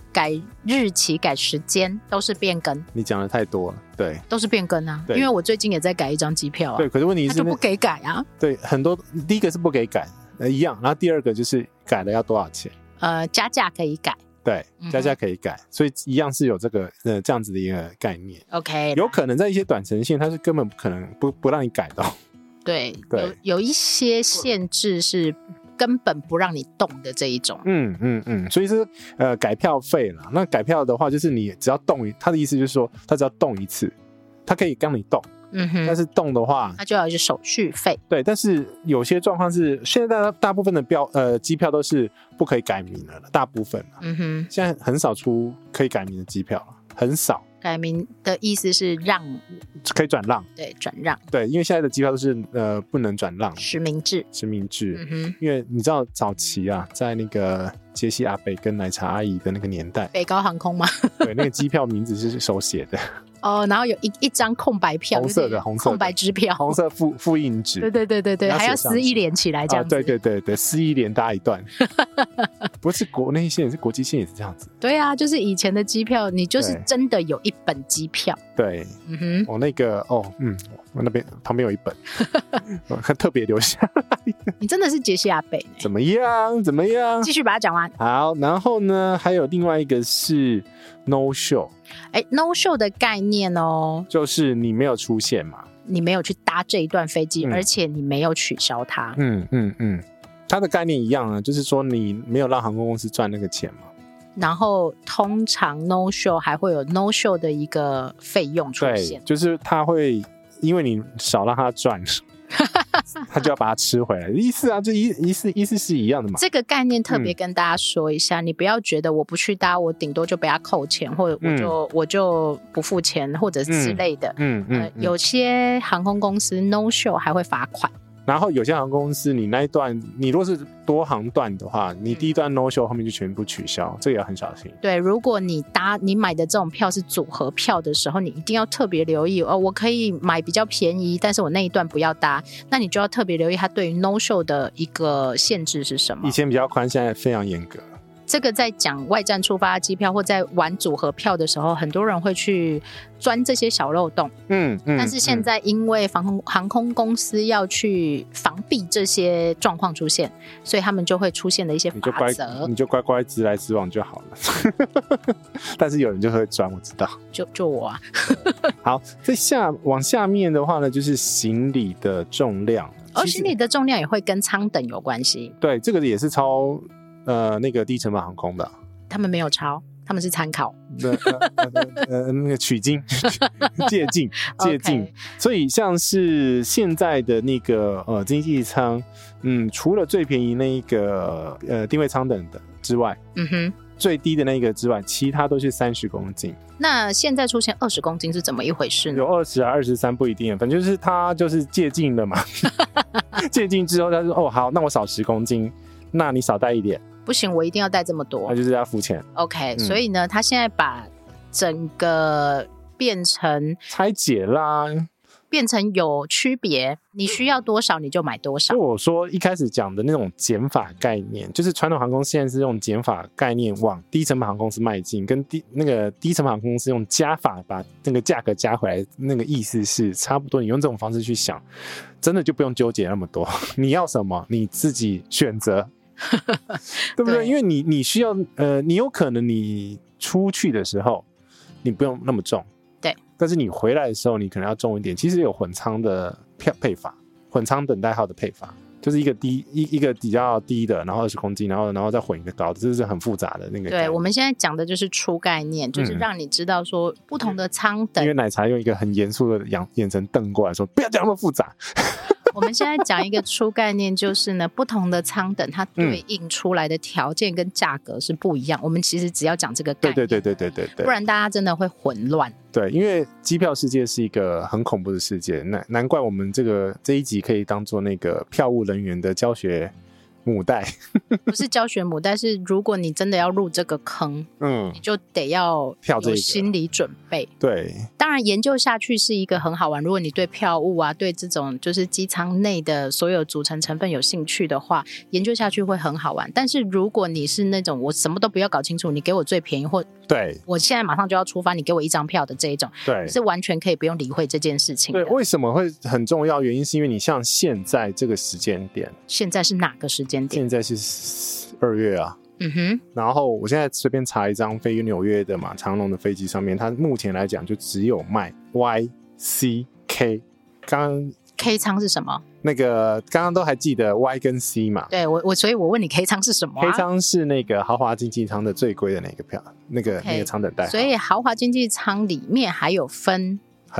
改日期、改时间都是变更。 你讲的太多了，对， 都是变更啊。因为我最近也在改一张机票啊。 对，可是问题是他就不给改啊。 对，很多第一个是不给改，呃，一样，然后第二个就是改了要多少钱？ 呃，加价可以改。 对，加价可以改，嗯、所以一样是有这个呃这样子的一个概念。 OK， 有可能在一些短程线，它是根本不可能不不让你改的。 对，对，有有一些限制是根本不让你动的这一种。 嗯嗯嗯，所以是呃改票费啦。那改票的话，就是你只要动一，他的意思就是说，他只要动一次，他可以让你动。嗯哼，但是动的话， 它就要有手续费。对， 但是有些状况是，现在 大, 大部分的标呃机票都是不可以改名了，大部分、啊。嗯哼，现在很少出可以改名的机票了，很少。 改名的意思是让， 可以转让。 对，转让。 对，因为现在的机票都是呃不能转让， 实名制。 实名制。嗯哼，因为你知道早期啊，在那个杰西阿北跟奶茶阿姨的那个年代， 北高航空吗？ 对，那个机票名字是手写的。 哦，然后有一一张空白票， 红色的红色的空白支票， 红色复复印纸， 对对对对对，还要撕一联起来这样子， 啊、对对对对，撕一联搭一段，不是国内线，是国际线也是这样子。 对啊，就是以前的机票，你就是真的有一本机票。 对，嗯哼，我那个哦，嗯，我那边旁边有一本，我特别留下来。 你真的是杰西阿北、欸， 怎么样？怎么样？ 继续把它讲完。 好，然后呢，还有另外一个是 no show。 哎 ，no show 的概念哦， 就是你没有出现嘛， 你没有去搭这一段飞机、嗯，而且你没有取消它。 嗯嗯嗯，它的概念一样啊，就是说你没有让航空公司赚那个钱嘛。 然后通常 no show 还会有 no show 的一个费用出现， 对，就是他会因为你少让他赚。他就要把它吃回来，意思啊，就意意思意思是一样的嘛。 这个概念特别跟大家说一下、嗯，你不要觉得我不去搭，我顶多就被他扣钱，或者我就、嗯、我就不付钱，或者之类的。嗯嗯、呃，有些航空公司 no show 还会罚款。 然后有些航空公司，你那一段，你如果是多航段的话，你第一段 no show 后面就全部取消，这个要很小心。 对，如果你搭你买的这种票是组合票的时候，你一定要特别留意哦。我可以买比较便宜，但是我那一段不要搭，那你就要特别留意它对于 no show 的一个限制是什么。 以前比较宽，现在非常严格。 这个在讲外站出发的机票或在玩组合票的时候，很多人会去钻这些小漏洞。嗯嗯。但是现在因为航空航空公司要去防避这些状况出现，所以他们就会出现的一些法则。 你就乖乖直来直往就好了。但是有人就会钻，我知道。 就就我啊。 好，在下往下面的话呢，就是行李的重量。 而、哦、行李的重量也会跟舱等有关系。 对，这个也是超。呃，那个低成本航空的， 他们没有抄，他们是参考。 呃呃呃，那个取经、借镜、借镜。Okay. 所以像是现在的那个呃经济舱，嗯，除了最便宜那一个呃定位舱等的之外，嗯哼，最低的那个之外，其他都是三十公斤。 那现在出现二十公斤是怎么一回事呢？ 有二十啊，二十三不一定，反正就是他就是借镜了嘛。借镜之后，他说：“哦，好，那我少十公斤。”那你少带一点， 不行，我一定要带这么多， 那就是要付钱。 OK，、嗯、所以呢，他现在把整个变成拆解啦， 变成有区别，你需要多少你就买多少。 就我说一开始讲的那种减法概念，就是传统航空现在是用减法概念往低成本航空公司迈进，跟低那个低成本航空公司用加法把那个价格加回来，那个意思是差不多。你用这种方式去想，真的就不用纠结那么多。你要什么，你自己选择。对不对？对，因为你你需要呃，你有可能你出去的时候你不用那么重， 对， 但是你回来的时候你可能要重一点。其实有混舱的配配法，混舱等待号的配法，就是一个低一一个比较低的，然后二十公斤，然后然后再混一个高的，这是很复杂的那个。 对，我们现在讲的就是初概念，就是让你知道说不同的舱等。 因为奶茶用一个很严肃的眼眼神瞪过来说：“不要讲那么复杂。” 我们现在讲一个初概念，就是呢，不同的舱等它对应出来的条件跟价格是不一样。嗯、我们其实只要讲这个概念， 对对对对对对， 不然大家真的会混乱。 对，因为机票世界是一个很恐怖的世界，难难怪我们这个这一集可以当做那个票务人员的教学母带不是教学母带，是如果你真的要入这个坑，嗯，你就得要有心理准备。 对， 当然研究下去是一个很好玩，如果你对票务啊，对这种就是机舱内的所有组成成分有兴趣的话，研究下去会很好玩。但是如果你是那种我什么都不要搞清楚，你给我最便宜，或对我现在马上就要出发，你给我一张票的这一种， 对， 是完全可以不用理会这件事情的。 对，为什么会很重要？原因是因为你像现在这个时间点， 现在是哪个时间点？ 现在是二月啊。嗯哼。然后我现在随便查一张飞纽约的嘛，长荣的飞机上面，它目前来讲就只有卖 Y C K。刚刚 K 舱是什么？ 那个刚刚都还记得 Y 跟 C 嘛？ 对，我我所以我问你 K 舱是什么、啊、 K 舱是那个豪华经济舱的最贵的那个票，那个、okay, 那个舱等代号。 所以豪华经济舱里面还有分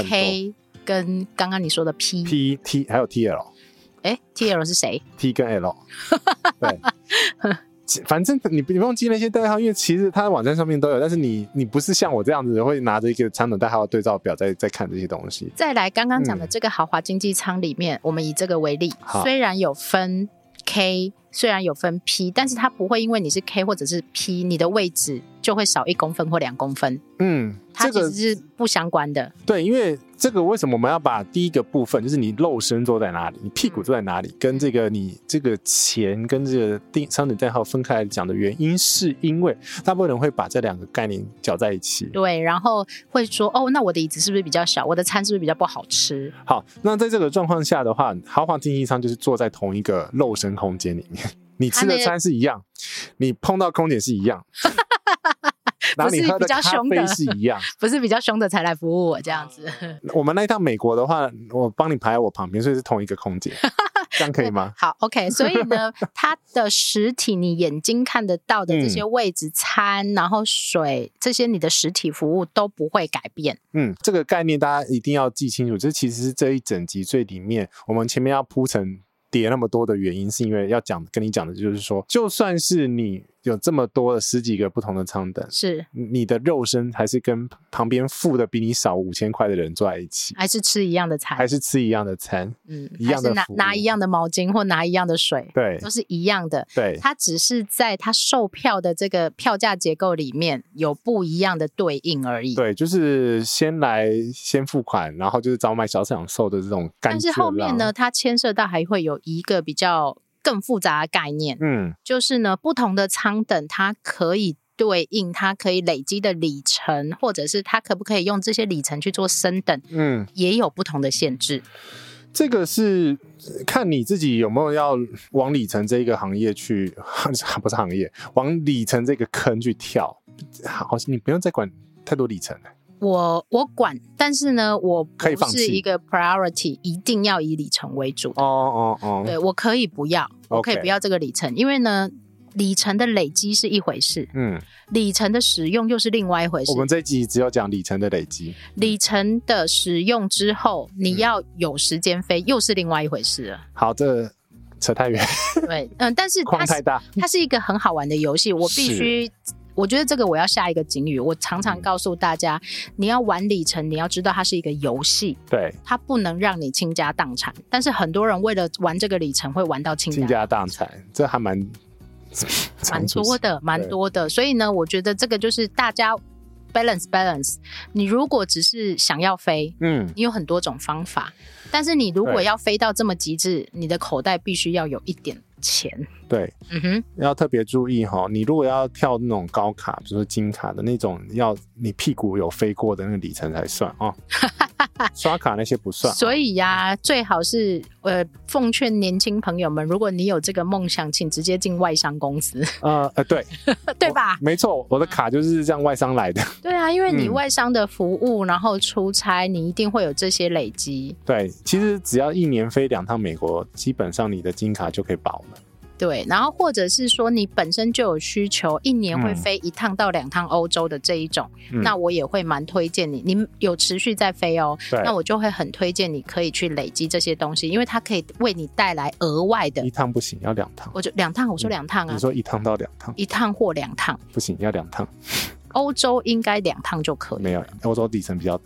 K 跟刚刚你说的 P P T 还有 T L。 哎 ，T L 是谁 ？T 跟 L。对。反正你不用记那些代号，因为其实它的网站上面都有，但是你你不是像我这样子会拿着一个舱等代号对照表在在看这些东西。 再来刚刚讲的这个豪华经济舱里面、嗯、我们以这个为例，虽然有分 K， 虽然有分 P， 但是它不会因为你是 K 或者是 P， 你的位置就会少一公分或两公分。嗯，它其实是不相关的、这个、 对，因为这个为什么我们要把第一个部分就是你肉身坐在哪里，你屁股坐在哪里、嗯、跟这个你这个钱跟这个舱等代号分开来讲的原因，是因为大部分人会把这两个概念搅在一起。 对，然后会说哦，那我的椅子是不是比较小，我的餐是不是比较不好吃。 好，那在这个状况下的话，豪华经济舱就是坐在同一个肉身空间里面，你吃的餐是一样，你碰到空姐是一样然后你喝的咖啡是一样， 不是比较凶的才来服务我这样子。 我们那一趟美国的话，我帮你排在我旁边，所以是同一个空姐，这样可以吗？ 好 ，OK。所以呢，它的实体你眼睛看得到的这些位置、餐，然后水，这些你的实体服务都不会改变。 嗯，这个概念大家一定要记清楚。这其实是这一整集最里面，我们前面要铺陈叠那么多的原因，是因为要讲跟你讲的就是说，就算是你有这么多的十几个不同的舱等， 是你的肉身还是跟旁边付的比你少五千块的人坐在一起， 还是吃一样的餐， 还是吃一样的餐，嗯，一样的服务， 还是 拿, 拿一样的毛巾或拿一样的水， 对， 都是一样的。 对， 它只是在它售票的这个票价结构里面有不一样的对应而已。 对，就是先来先付款，然后就是早买早享受的这种感觉。 但是后面呢，它牵涉到还会有一个比较更复杂的概念，嗯，就是呢，不同的舱等它可以对应它可以累积的里程，或者是它可不可以用这些里程去做升等，嗯，也有不同的限制。 这个是看你自己有没有要往里程这一个行业去，不是行业，往里程这个坑去跳。好，你不用再管太多里程了。 我我管，但是呢，我不是一个 priority， 一定要以里程为主的。 哦哦哦， 对，我可以不要，我可以不要这个里程，因为呢，里程的累积是一回事，嗯，里程的使用又是另外一回事。 我们这一集只有讲里程的累积， 里程的使用之后，你要有时间飞，嗯、又是另外一回事了。 好，这扯太远。 对，嗯，但是框太大， 它是一个很好玩的游戏，我必须。我觉得这个我要下一个警语，我常常告诉大家，你要玩里程，你要知道它是一个游戏， 对， 它不能让你倾家荡产。但是很多人为了玩这个里程会玩到倾倾家荡产，这还蛮蛮多的，蛮多的。所以呢，我觉得这个就是大家 balance balance。你如果只是想要飞，嗯，你有很多种方法，但是你如果要飞到这么极致，你的口袋必须要有一点钱。 对，嗯哼，要特别注意哈。你如果要跳那种高卡，比如说金卡的那种，要你屁股有飞过的那个里程才算啊。刷卡那些不算。 所以呀、啊，最好是呃，奉劝年轻朋友们，如果你有这个梦想，请直接进外商公司。 呃呃，对， 对吧？ 没错，我的卡就是这样外商来的。 对啊，因为你外商的服务，嗯、然后出差，你一定会有这些累积。 对，其实只要一年飞两趟美国，基本上你的金卡就可以保了。 对，然后或者是说你本身就有需求，一年会飞一趟到两趟欧洲的这一种、嗯、那我也会蛮推荐你，你有持续在飞哦，那我就会很推荐你可以去累积这些东西，因为它可以为你带来额外的。 一趟不行，要两趟。 我就两趟，我说两趟啊、嗯、 你说一趟到两趟， 一趟或两趟不行，要两趟。 欧洲应该两趟就可以。 没有，欧洲里程比较短。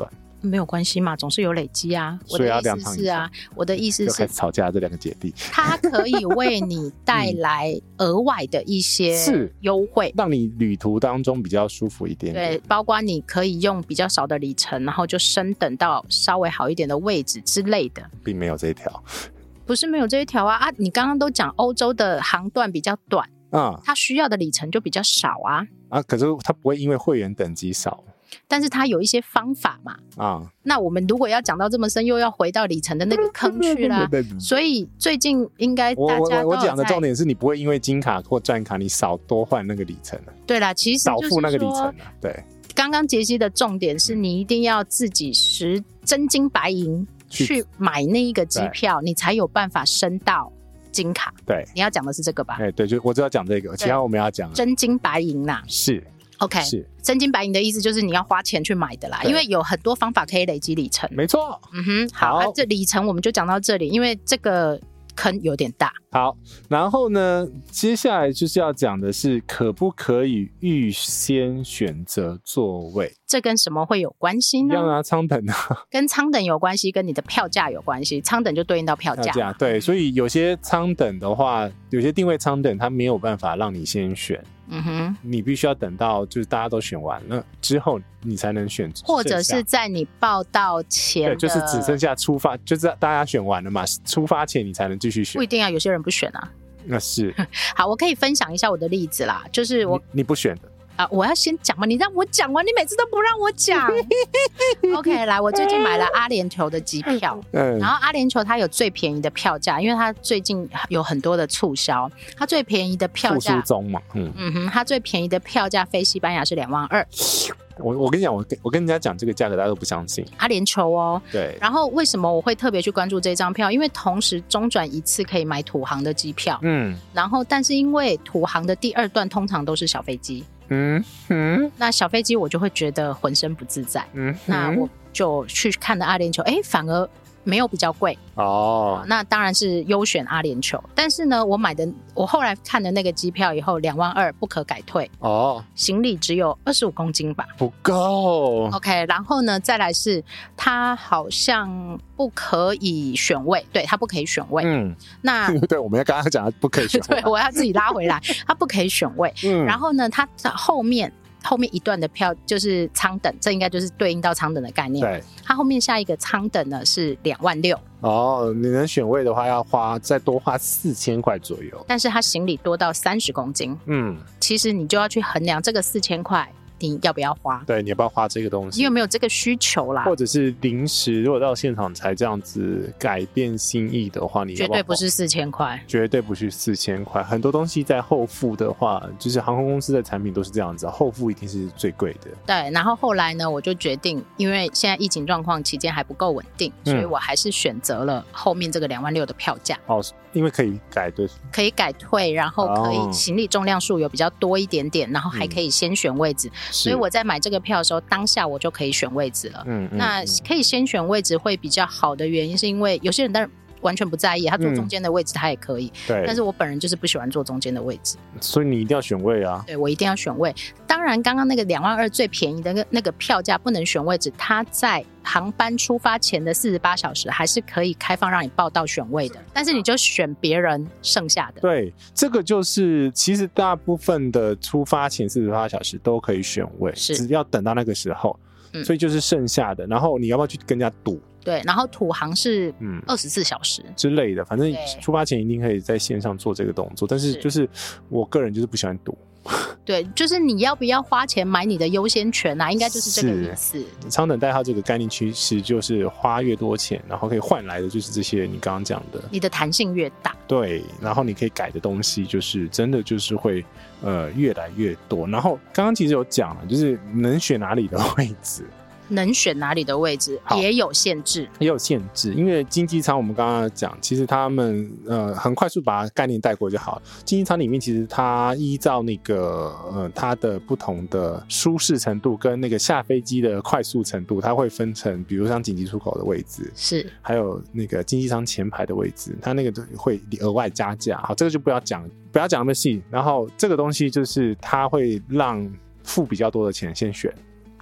没有关系嘛，总是有累积啊。我的意思是啊，我的意思是就开始吵架这两个姐弟， 它可以为你带来额外的一些优惠， 让你旅途当中比较舒服一点点。 对，包括你可以用比较少的里程，然后就升等到稍微好一点的位置之类的。 并没有这一条， 不是没有这一条啊啊！你刚刚都讲欧洲的航段比较短，嗯，它需要的里程就比较少啊啊！可是它不会因为会员等级少。 但是它有一些方法嘛，啊，那我们如果要讲到这么深，又要回到里程的那个坑去啦。所以最近应该大家都我我讲的重点是你不会因为金卡或钻卡你少多换那个里程、啊、 对啦，其实少付那个里程、啊、对。 刚刚杰西的重点是你一定要自己实真金白银去买那一个机票，你才有办法升到金卡。 对， 你要讲的是这个吧？ 哎，对，就我只要讲这个，其他我们要讲真金白银啦。 是。 OK， 是真金白银的意思就是你要花钱去买的啦，因为有很多方法可以累积里程。 没错， 嗯哼，好，好啊、这里程我们就讲到这里，因为这个坑有点大。 好，然后呢，接下来就是要讲的是可不可以预先选择座位？ 这跟什么会有关系呢？ 一样啊，舱等啊， 跟舱等有关系，跟你的票价有关系。舱等就对应到票价，票价对，所以有些舱等的话，有些定位舱等它没有办法让你先选。嗯哼，你必须要等到就是大家都选完了之后，你才能选， 或者是在你报到前的， 对，就是只剩下出发，就是大家选完了嘛，出发前你才能继续选。 不一定啊，有些人不选啊。 那是好，我可以分享一下我的例子啦，就是我你, 你不选的啊，我要先讲嘛，你让我讲完，你每次都不让我讲。OK， 来，我最近买了阿联酋的机票，嗯，然后阿联酋它有最便宜的票价，因为它最近有很多的促销，它最便宜的票价， 复苏中嘛，嗯嗯哼，它最便宜的票价飞西班牙是两万二。 我我跟你讲，我跟我跟人家讲这个价格，大家都不相信。 阿联酋哦， 对。 然后为什么我会特别去关注这张票？因为同时中转一次可以买土航的机票，嗯，然后但是因为土航的第二段通常都是小飞机。嗯嗯，那小飞机我就会觉得浑身不自在，嗯，那我就去看了阿联酋，哎，反而没有比较贵哦，那当然是优选阿联酋。但是呢，我买的我后来看的那个机票以后两万二不可改退哦，行李只有二十五公斤吧， 不够。 OK， 然后呢，再来是它好像不可以选位，对，它不可以选位。嗯，那对，我们要刚刚讲不可以选位， 对，我要自己拉回来，它不可以选位。嗯，然后呢，它后面。后面一段的票就是舱等，这应该就是对应到舱等的概念。 对， 它后面下一个舱等呢是两万六。 哦，你能选位的话，要花再多花四千块左右。 但是它行李多到三十公斤，嗯，其实你就要去衡量这个四千块。你要不要花？ 对，你要不要花这个东西？ 你有没有这个需求啦？ 或者是临时，如果到现场才这样子改变心意的话，你要不要绝对不是四千块， 绝对不是四千块。很多东西在后付的话，就是航空公司的产品都是这样子，后付一定是最贵的。 对，然后后来呢，我就决定，因为现在疫情状况期间还不够稳定，所以我还是选择了后面这个两万六的票价。 哦，因为可以改对， 可以改退，然后可以行李重量数有比较多一点点，然后还可以先选位置。嗯，所以我在买这个票的时候，当下我就可以选位置了。嗯，嗯，那可以先选位置会比较好的原因，是因为有些人当然完全不在意，他坐中间的位置他也可以。对，但是我本人就是不喜欢坐中间的位置， 所以你一定要选位啊。 对，我一定要选位。当然，刚刚那个两万二最便宜的那个那个票价不能选位置，它在航班出发前的四十八小时还是可以开放让你报到选位的，但是你就选别人剩下的。 对，这个就是其实大部分的出发前四十八小时都可以选位，只要等到那个时候，嗯，所以就是剩下的，然后你要不要去跟人家赌？ 对，然后土航是二十四小时，嗯， 之类的，反正出发前一定可以在线上做这个动作，但是就是我个人就是不喜欢赌。 对，就是你要不要花钱买你的优先权啊？应该就是这个意思。 舱等代号这个概念其实就是花越多钱，然后可以换来的就是这些你刚刚讲的， 你的弹性越大。 对，然后你可以改的东西就是真的就是会呃越来越多。然后刚刚其实有讲了，就是能选哪里的位置。 能选哪里的位置也有限制， 也有限制，因为经济舱我们刚刚讲，其实他们呃很快速把概念带过就好了。经济舱里面其实它依照那个呃它的不同的舒适程度跟那个下飞机的快速程度，它会分成，比如像紧急出口的位置， 是还有那个经济舱前排的位置，它那个会额外加价。好，这个就不要讲，不要讲那么细。然后这个东西就是它会让付比较多的钱先选。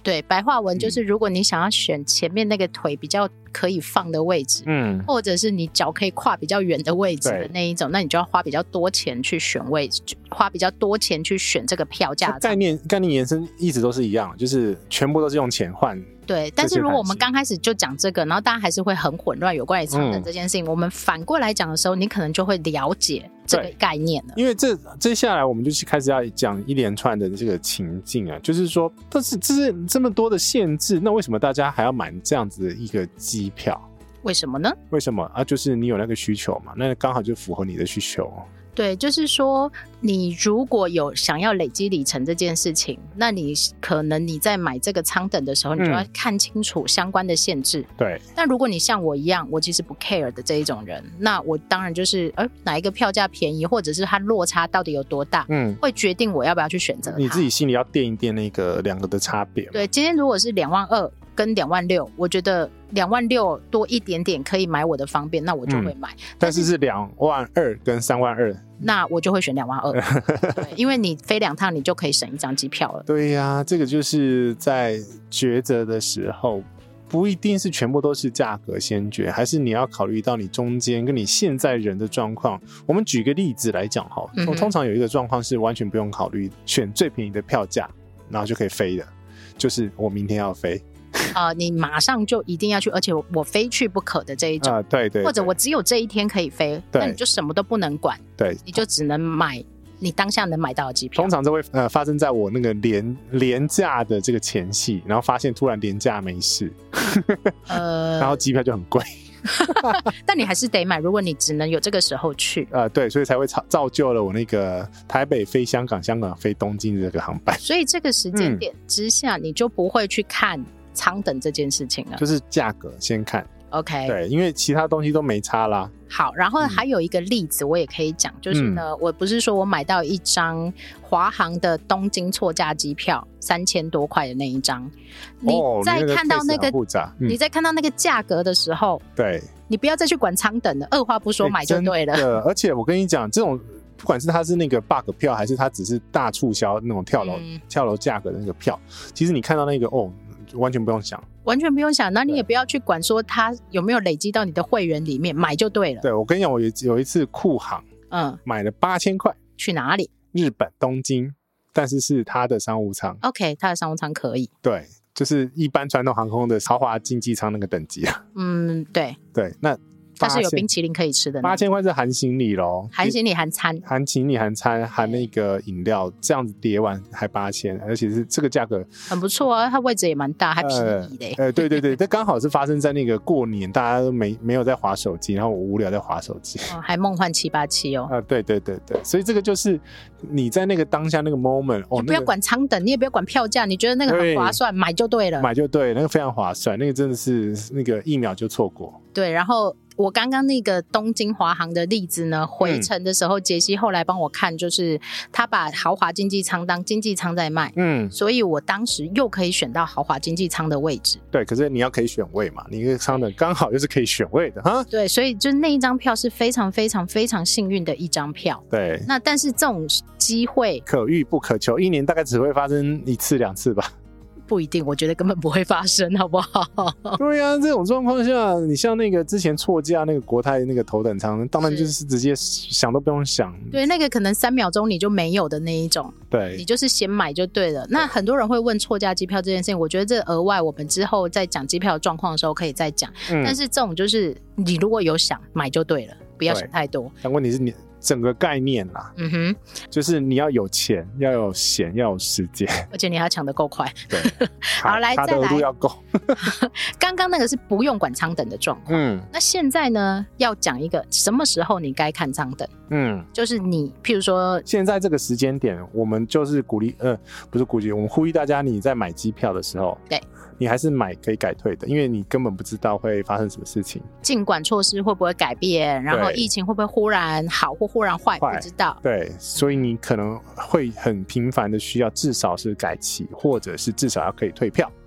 对，白话文就是如果你想要选前面那个腿比较可以放的位置，嗯，或者是你脚可以跨比较远的位置的那一种，那你就要花比较多钱去选位置，花比较多钱去选这个票价。 概念概念延伸一直都是一样，就是全部都是用钱换。 对，但是如果我们刚开始就讲这个，然后大家还是会很混乱有关于舱等这件事情、嗯、我们反过来讲的时候，你可能就会了解这个概念了。 因为这接下来我们就开始要讲一连串的这个情境啊，就是说但是这是这么多的限制，那为什么大家还要买这样子的一个机票？ 为什么呢？ 为什么啊？就是你有那个需求嘛，那刚好就符合你的需求。 对，就是说你如果有想要累积里程这件事情，那你可能你在买这个舱等的时候，你就要看清楚相关的限制、嗯、对。但如果你像我一样我其实不 care 的这一种人，那我当然就是呃哪一个票价便宜，或者是它落差到底有多大，嗯，会决定我要不要去选择它。 你自己心里要掂一掂那个两个的差别。 对，今天如果是两万二跟两万六，我觉得两万六多一点点可以买我的方便，那我就会买、嗯、 但是是两万二跟三万二， 那我就会选两万二对，因为你飞两趟你就可以省一张机票了。 对呀、啊，这个就是在抉择的时候不一定是全部都是价格先决，还是你要考虑到你中间跟你现在人的状况。我们举个例子来讲好、嗯、通常有一个状况是完全不用考虑，选最便宜的票价然后就可以飞的，就是我明天要飞呃，你马上就一定要去，而且我非去不可的这一种、 呃、对, 对对， 或者我只有这一天可以飞，那你就什么都不能管，对，你就只能买你当下能买到的机票。 通常这会、呃、发生在我那个廉廉价的这个前戏，然后发现突然廉价没事呃，然后机票就很贵但你还是得买，如果你只能有这个时候去呃，对，所以才会造就了我那个台北飞香港，香港飞东京的这个航班。 所以这个时间点之下、嗯、你就不会去看舱等这件事情了， 就是价格先看 OK， 对，因为其他东西都没差啦。 好，然后还有一个例子我也可以讲、嗯、就是呢，我不是说我买到一张华航的东京错价机票三千多块的那一张、哦、你在看到那个、嗯、你在看到那个价格的时候，对，你不要再去管舱等了，二话不说买就对了、欸、 而且我跟你讲，这种不管是它是那个 bug 票还是它只是大促销那种跳楼、嗯、跳楼价格的那个票，其实你看到那个哦完全不用想， 完全不用想，那你也不要去管说它有没有累积到你的会员里面，买就对了。 对，我跟你讲，我有一次酷航嗯，买了八千块， 去哪里？ 日本东京，但是是他的商务舱。 OK， 他的商务舱可以， 对，就是一般传统航空的豪华经济舱那个等级啊。 嗯，对对， 那它是有冰淇淋可以吃的， 八千块是含行李咯， 含行李含餐， 含行李含餐含那个饮料，这样子叠完还八千，而且是这个价格很不错啊，它位置也蛮大，还便宜的、欸呃呃、对对对，这刚好是发生在那个过年，大家都没没有在滑手机，然后我无聊在滑手机、 哦、还梦幻七八七哦、 呃、对对对对，所以这个就是你在那个当下那个 moment、哦、 你不要管舱等、那個、你也不要管票价，你觉得那个很划算买就对了， 买就对，那个非常划算，那个真的是那个一秒就错过。 对，然后我刚刚那个东京华航的例子呢，回程的时候、嗯、杰西后来帮我看，就是他把豪华经济舱当经济舱在卖，嗯，所以我当时又可以选到豪华经济舱的位置。对， 可是你要可以选位嘛，你一个舱的刚好就是可以选位的哈。 对，所以就是那一张票是非常非常非常幸运的一张票。 对， 那但是这种机会可遇不可求，一年大概只会发生一次两次吧。 不一定，我觉得根本不会发生，好不好？ 对啊，这种状况下，你像那个之前错价那个国泰那个头等舱，当然就是直接想都不用想。 对，那个可能三秒钟你就没有的那一种，对，你就是先买就对了。那很多人会问错价机票这件事情，我觉得这额外我们之后在讲机票的状况的时候可以再讲、嗯。但是这种就是你如果有想买就对了，不要想太多。 但问题是你整个概念啦，嗯哼，就是你要有钱，要有闲，要有时间， 而且你还要抢得够快。 对， 好，来再来， 额度要够。 刚刚那个是不用管舱等的状况，嗯，那现在呢，要讲一个什么时候你该看舱等，嗯，就是你，譬如说， 现在这个时间点，我们就是鼓励，呃，不是鼓励，我们呼吁大家，你在买机票的时候，对。你还是买可以改退的，因为你根本不知道会发生什么事情， 尽管措施会不会改变，然后疫情会不会忽然好或忽然坏，不知道。 对，所以你可能会很频繁的需要至少是改期，或者是至少要可以退票。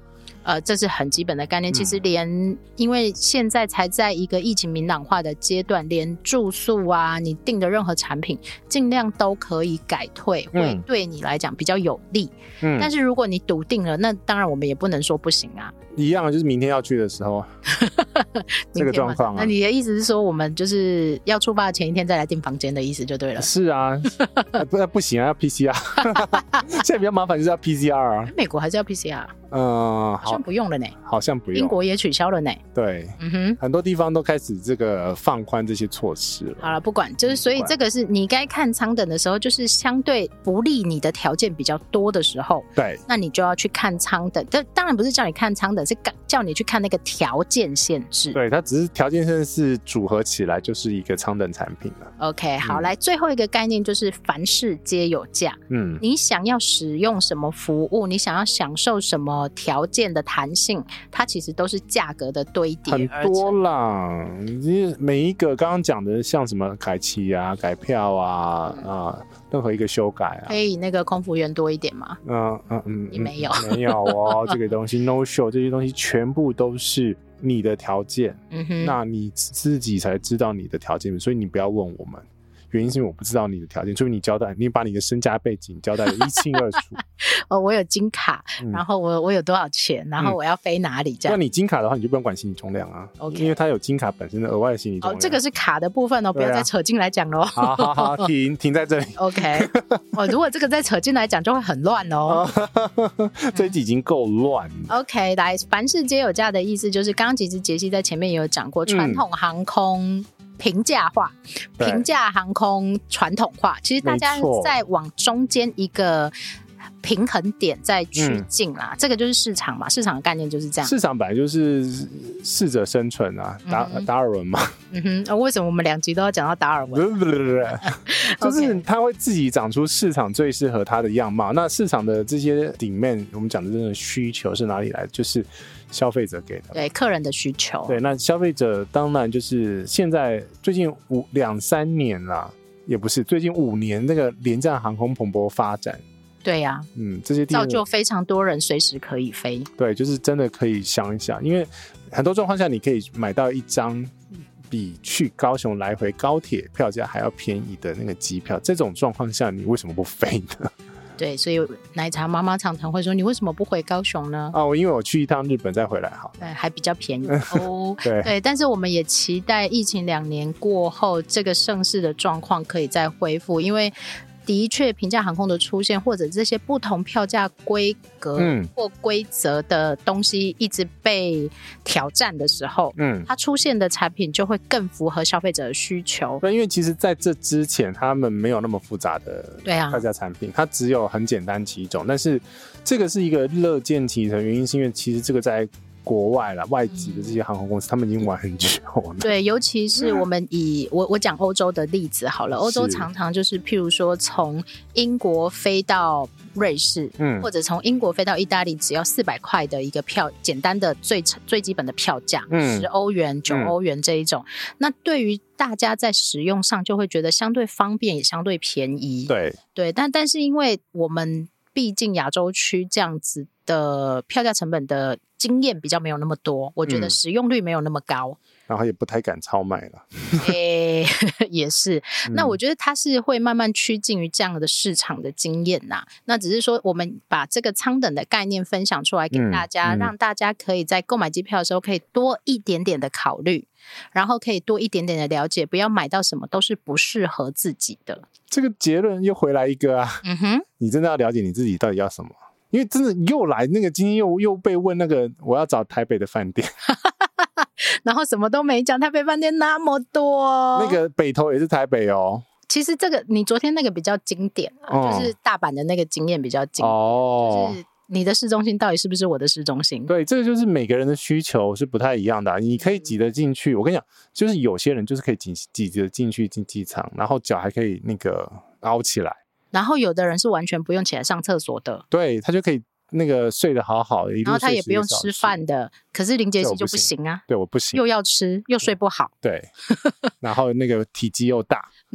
呃，这是很基本的概念。其实连、嗯、因为现在才在一个疫情明朗化的阶段，连住宿啊，你订的任何产品，尽量都可以改退，会对你来讲比较有利。嗯，但是如果你笃定了，那当然我们也不能说不行啊。 一样，就是明天要去的时候，这个状况、啊。 那你的意思是说，我们就是要出发的前一天再来订房间的意思就对了。 是啊，不不行啊，要 P C R。现在比较麻烦就是要 P C R 啊。 美国还是要 P C R？ 嗯， 好像不用了呢。 好像不用。 英国也取消了呢。 对，嗯哼，很多地方都开始这个放宽这些措施了。 好了，不管，就是所以这个是你该看舱等的时候，就是相对不利你的条件比较多的时候， 对， 那你就要去看舱等。这当然不是叫你看舱等，是叫你去看那个条件限制。 对，它只是条件限制组合起来就是一个舱等产品了。 OK， 好，嗯、来最后一个概念就是凡事皆有价。嗯，你想要使用什么服务，你想要享受什么条件的弹性，它其实都是价格的堆叠而成。 很多啦，每一个刚刚讲的像什么改期啊、改票啊、嗯、啊，任何一个修改啊， 可以那个空服员多一点吗？ 嗯嗯嗯， 你没有， 没有哦，这个东西 no show 这些东西全部都是你的条件，嗯哼，那你自己才知道你的条件，所以你不要问我们。原因是因为我不知道你的条件，除非你交代，你把你的身家背景交代得一清二楚。 哦，我有金卡，嗯、然后我我有多少钱，然后我要飞哪里这样。 那你金卡的话，你就不用管行李重量啊 ，okay. 因为它有金卡本身的额外的行李重量。 哦，这个是卡的部分哦，不要再扯进来讲喽。 好好好，停停在这里。 OK， 哦，如果这个再扯进来讲，就会很乱哦。 这一集已经够乱了。 OK， 来，凡事皆有价的意思就是，刚刚其实杰西在前面也有讲过，传统航空。平价化，平价航空传统化，其实大家在往中间一个平衡点在趋近啦、嗯，这个就是市场嘛，市场的概念就是这样。 市场本来就是适者生存啊，达、嗯、达尔文嘛。 嗯哼、哦，为什么我们两集都要讲到达尔文？ 就是它会自己长出市场最适合它的样貌。那市场的这些demand，我们讲的这种需求是哪里来的？就是消费者给的， 对客人的需求。 对，那消费者当然就是现在最近五两三年啦，也不是最近五年，那个廉价航空蓬勃发展。 对呀、啊， 嗯，这些地造就非常多人随时可以飞。 对，就是真的可以想一想，因为很多状况下你可以买到一张比去高雄来回高铁票价还要便宜的那个机票，这种状况下你为什么不飞呢？ 对，所以奶茶妈妈常常会说：“你为什么不回高雄呢？” 哦，因为我去一趟日本再回来好， 对，还比较便宜哦。 对对，但是我们也期待疫情两年过后，这个盛世的状况可以再恢复，因为的确平价航空的出现，或者这些不同票价规格或规则的东西一直被挑战的时候，嗯，它出现的产品就会更符合消费者的需求。 对，因为其实在这之前他们没有那么复杂的票价产品，它只有很简单几种，但是这个是一个乐见其成，原因是因为其实这个在国外啦，外籍的这些航空公司、嗯、他们已经玩很久了。 对，尤其是我们以我我讲欧洲的例子好了，欧洲常常就是譬如说从英国飞到瑞士、嗯、或者从英国飞到意大利，只要四百块的一个票，简单的最最基本的票价，十、嗯、欧元、九欧元这一种、嗯。那对于大家在使用上就会觉得相对方便，也相对便宜。 对对，但但是因为我们毕竟亚洲区这样子的票价成本的经验比较没有那么多，我觉得使用率没有那么高、嗯、 然后也不太敢超卖了。 欸、也是、嗯、那我觉得它是会慢慢趋近于这样的市场的经验呐。那只是说我们把这个舱等的概念分享出来给大家、嗯嗯、让大家可以在购买机票的时候可以多一点点的考虑，然后可以多一点点的了解，不要买到什么都是不适合自己的。 这个结论又回来一个啊，嗯哼，你真的要了解你自己到底要什么，因为真的又来那个今天又又被问那个我要找台北的饭店然后什么都没讲，台北饭店那么多， 那个北投也是台北哦。 其实这个你昨天那个比较经典、啊哦、就是大阪的那个经验比较经典哦，就是你的市中心到底是不是我的市中心？ 对，这个就是每个人的需求是不太一样的、啊、你可以挤得进去，我跟你讲，就是有些人就是可以挤挤得进去进机场，然后脚还可以那个凹起来， 然后有的人是完全不用起来上厕所的， 对，他就可以那个睡得好好的， 然后他也不用吃饭的。可是林杰西就不行啊， 对，我不行， 又要吃又睡不好， 对然后那个体积又大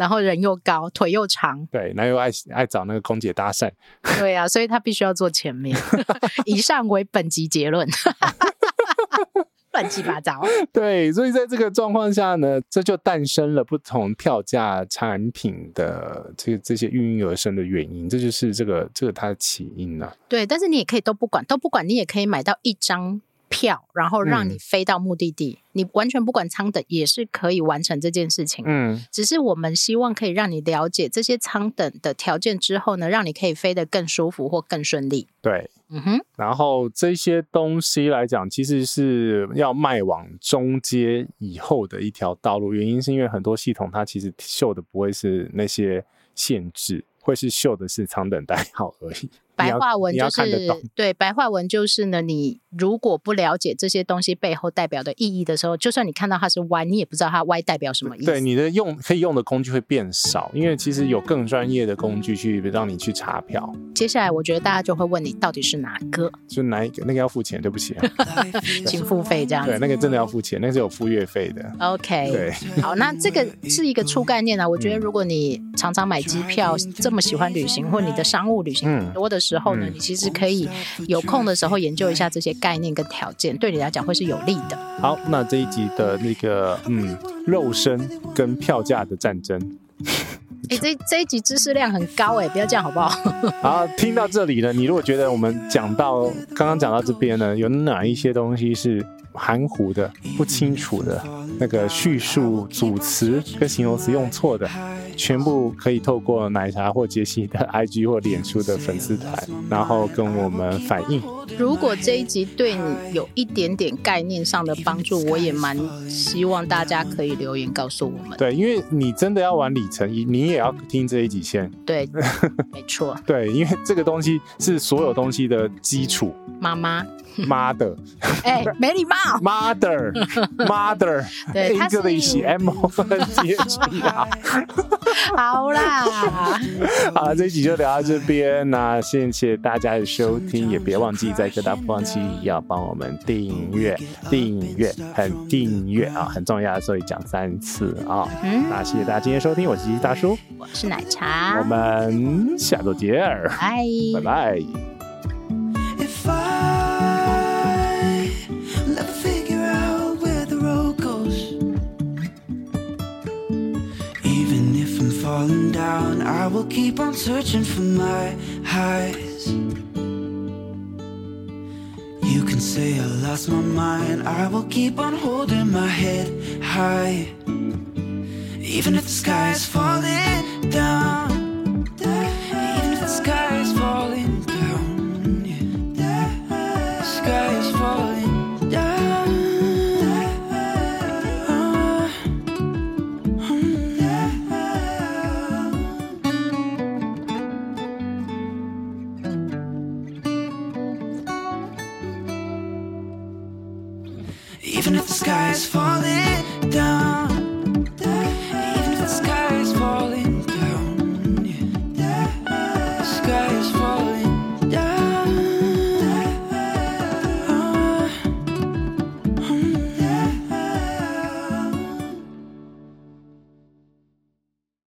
然后人又高，腿又长， 对，然后又爱爱找那个空姐搭讪， 对啊，所以他必须要坐前面。以上为本集结论。乱七八糟。 对，所以在这个状况下呢，这就诞生了不同票价产品的这这些孕育而生的原因，这就是这个这个它的起因啊。 对，但是你也可以都不管，都不管，你也可以买到一张票，然后让你飞到目的地、嗯、你完全不管舱等也是可以完成这件事情。嗯，只是我们希望可以让你了解这些舱等的条件之后呢，让你可以飞得更舒服或更顺利。 对，嗯哼，然后这些东西来讲其实是要迈往中阶以后的一条道路，原因是因为很多系统它其实秀的不会是那些限制，会是秀的是舱等代号而已。 白话文就是对，白话文就是呢，你如果不了解这些东西背后代表的意义的时候，就算你看到它是 Y， 你也不知道它 Y 代表什么意思。 对，你的用可以用的工具会变少，因为其实有更专业的工具去让你去查票。 接下来我觉得大家就会问你到底是哪个， 就哪一个，那个要付钱，对不起、啊、 请付费这样子。 对，那个真的要付钱，那个是有付月费的。 OK， 对， 好，那这个是一个初概念啊。我觉得如果你常常买机票、嗯、这么喜欢旅行，或你的商务旅行很多的时候呢、嗯、你其实可以有空的时候研究一下这些概念跟条件，对你来讲会是有利的。 好，那这一集的那个嗯肉身跟票价的战争欸、这, 这一集知识量很高哎、欸，不要这样好不好？ 好，听到这里呢，你如果觉得我们讲到刚刚讲到这边呢，有哪一些东西是含糊的、不清楚的，那个叙述组词跟形容词用错的，全部可以透过奶茶或杰西的 I G 或脸书的粉丝团，然后跟我们反映。 如果这一集对你有一点点概念上的帮助，我也蛮希望大家可以留言告诉我们。 对，因为你真的要玩里程，你也要听这一集先。对， 没错。 对，因为这个东西是所有东西的基础。 妈妈。 Mother， 哎、欸，没礼貌。 Mother， Mother， 对，它是 English M O N T H E 啊。 好啦， 好了，这一集就聊到这边，那谢谢大家的收听，也别忘记在各大播放器要帮我们订阅，订阅，很订阅啊，很重要，所以讲三次啊。嗯，那谢谢大家今天收听，我是吉吉大叔， 我是奶茶， 我们下周见， 拜拜拜。 Falling down, I will keep on searching for my highs. You can say I lost my mind, I will keep on holding my head high. Even if the sky is falling down,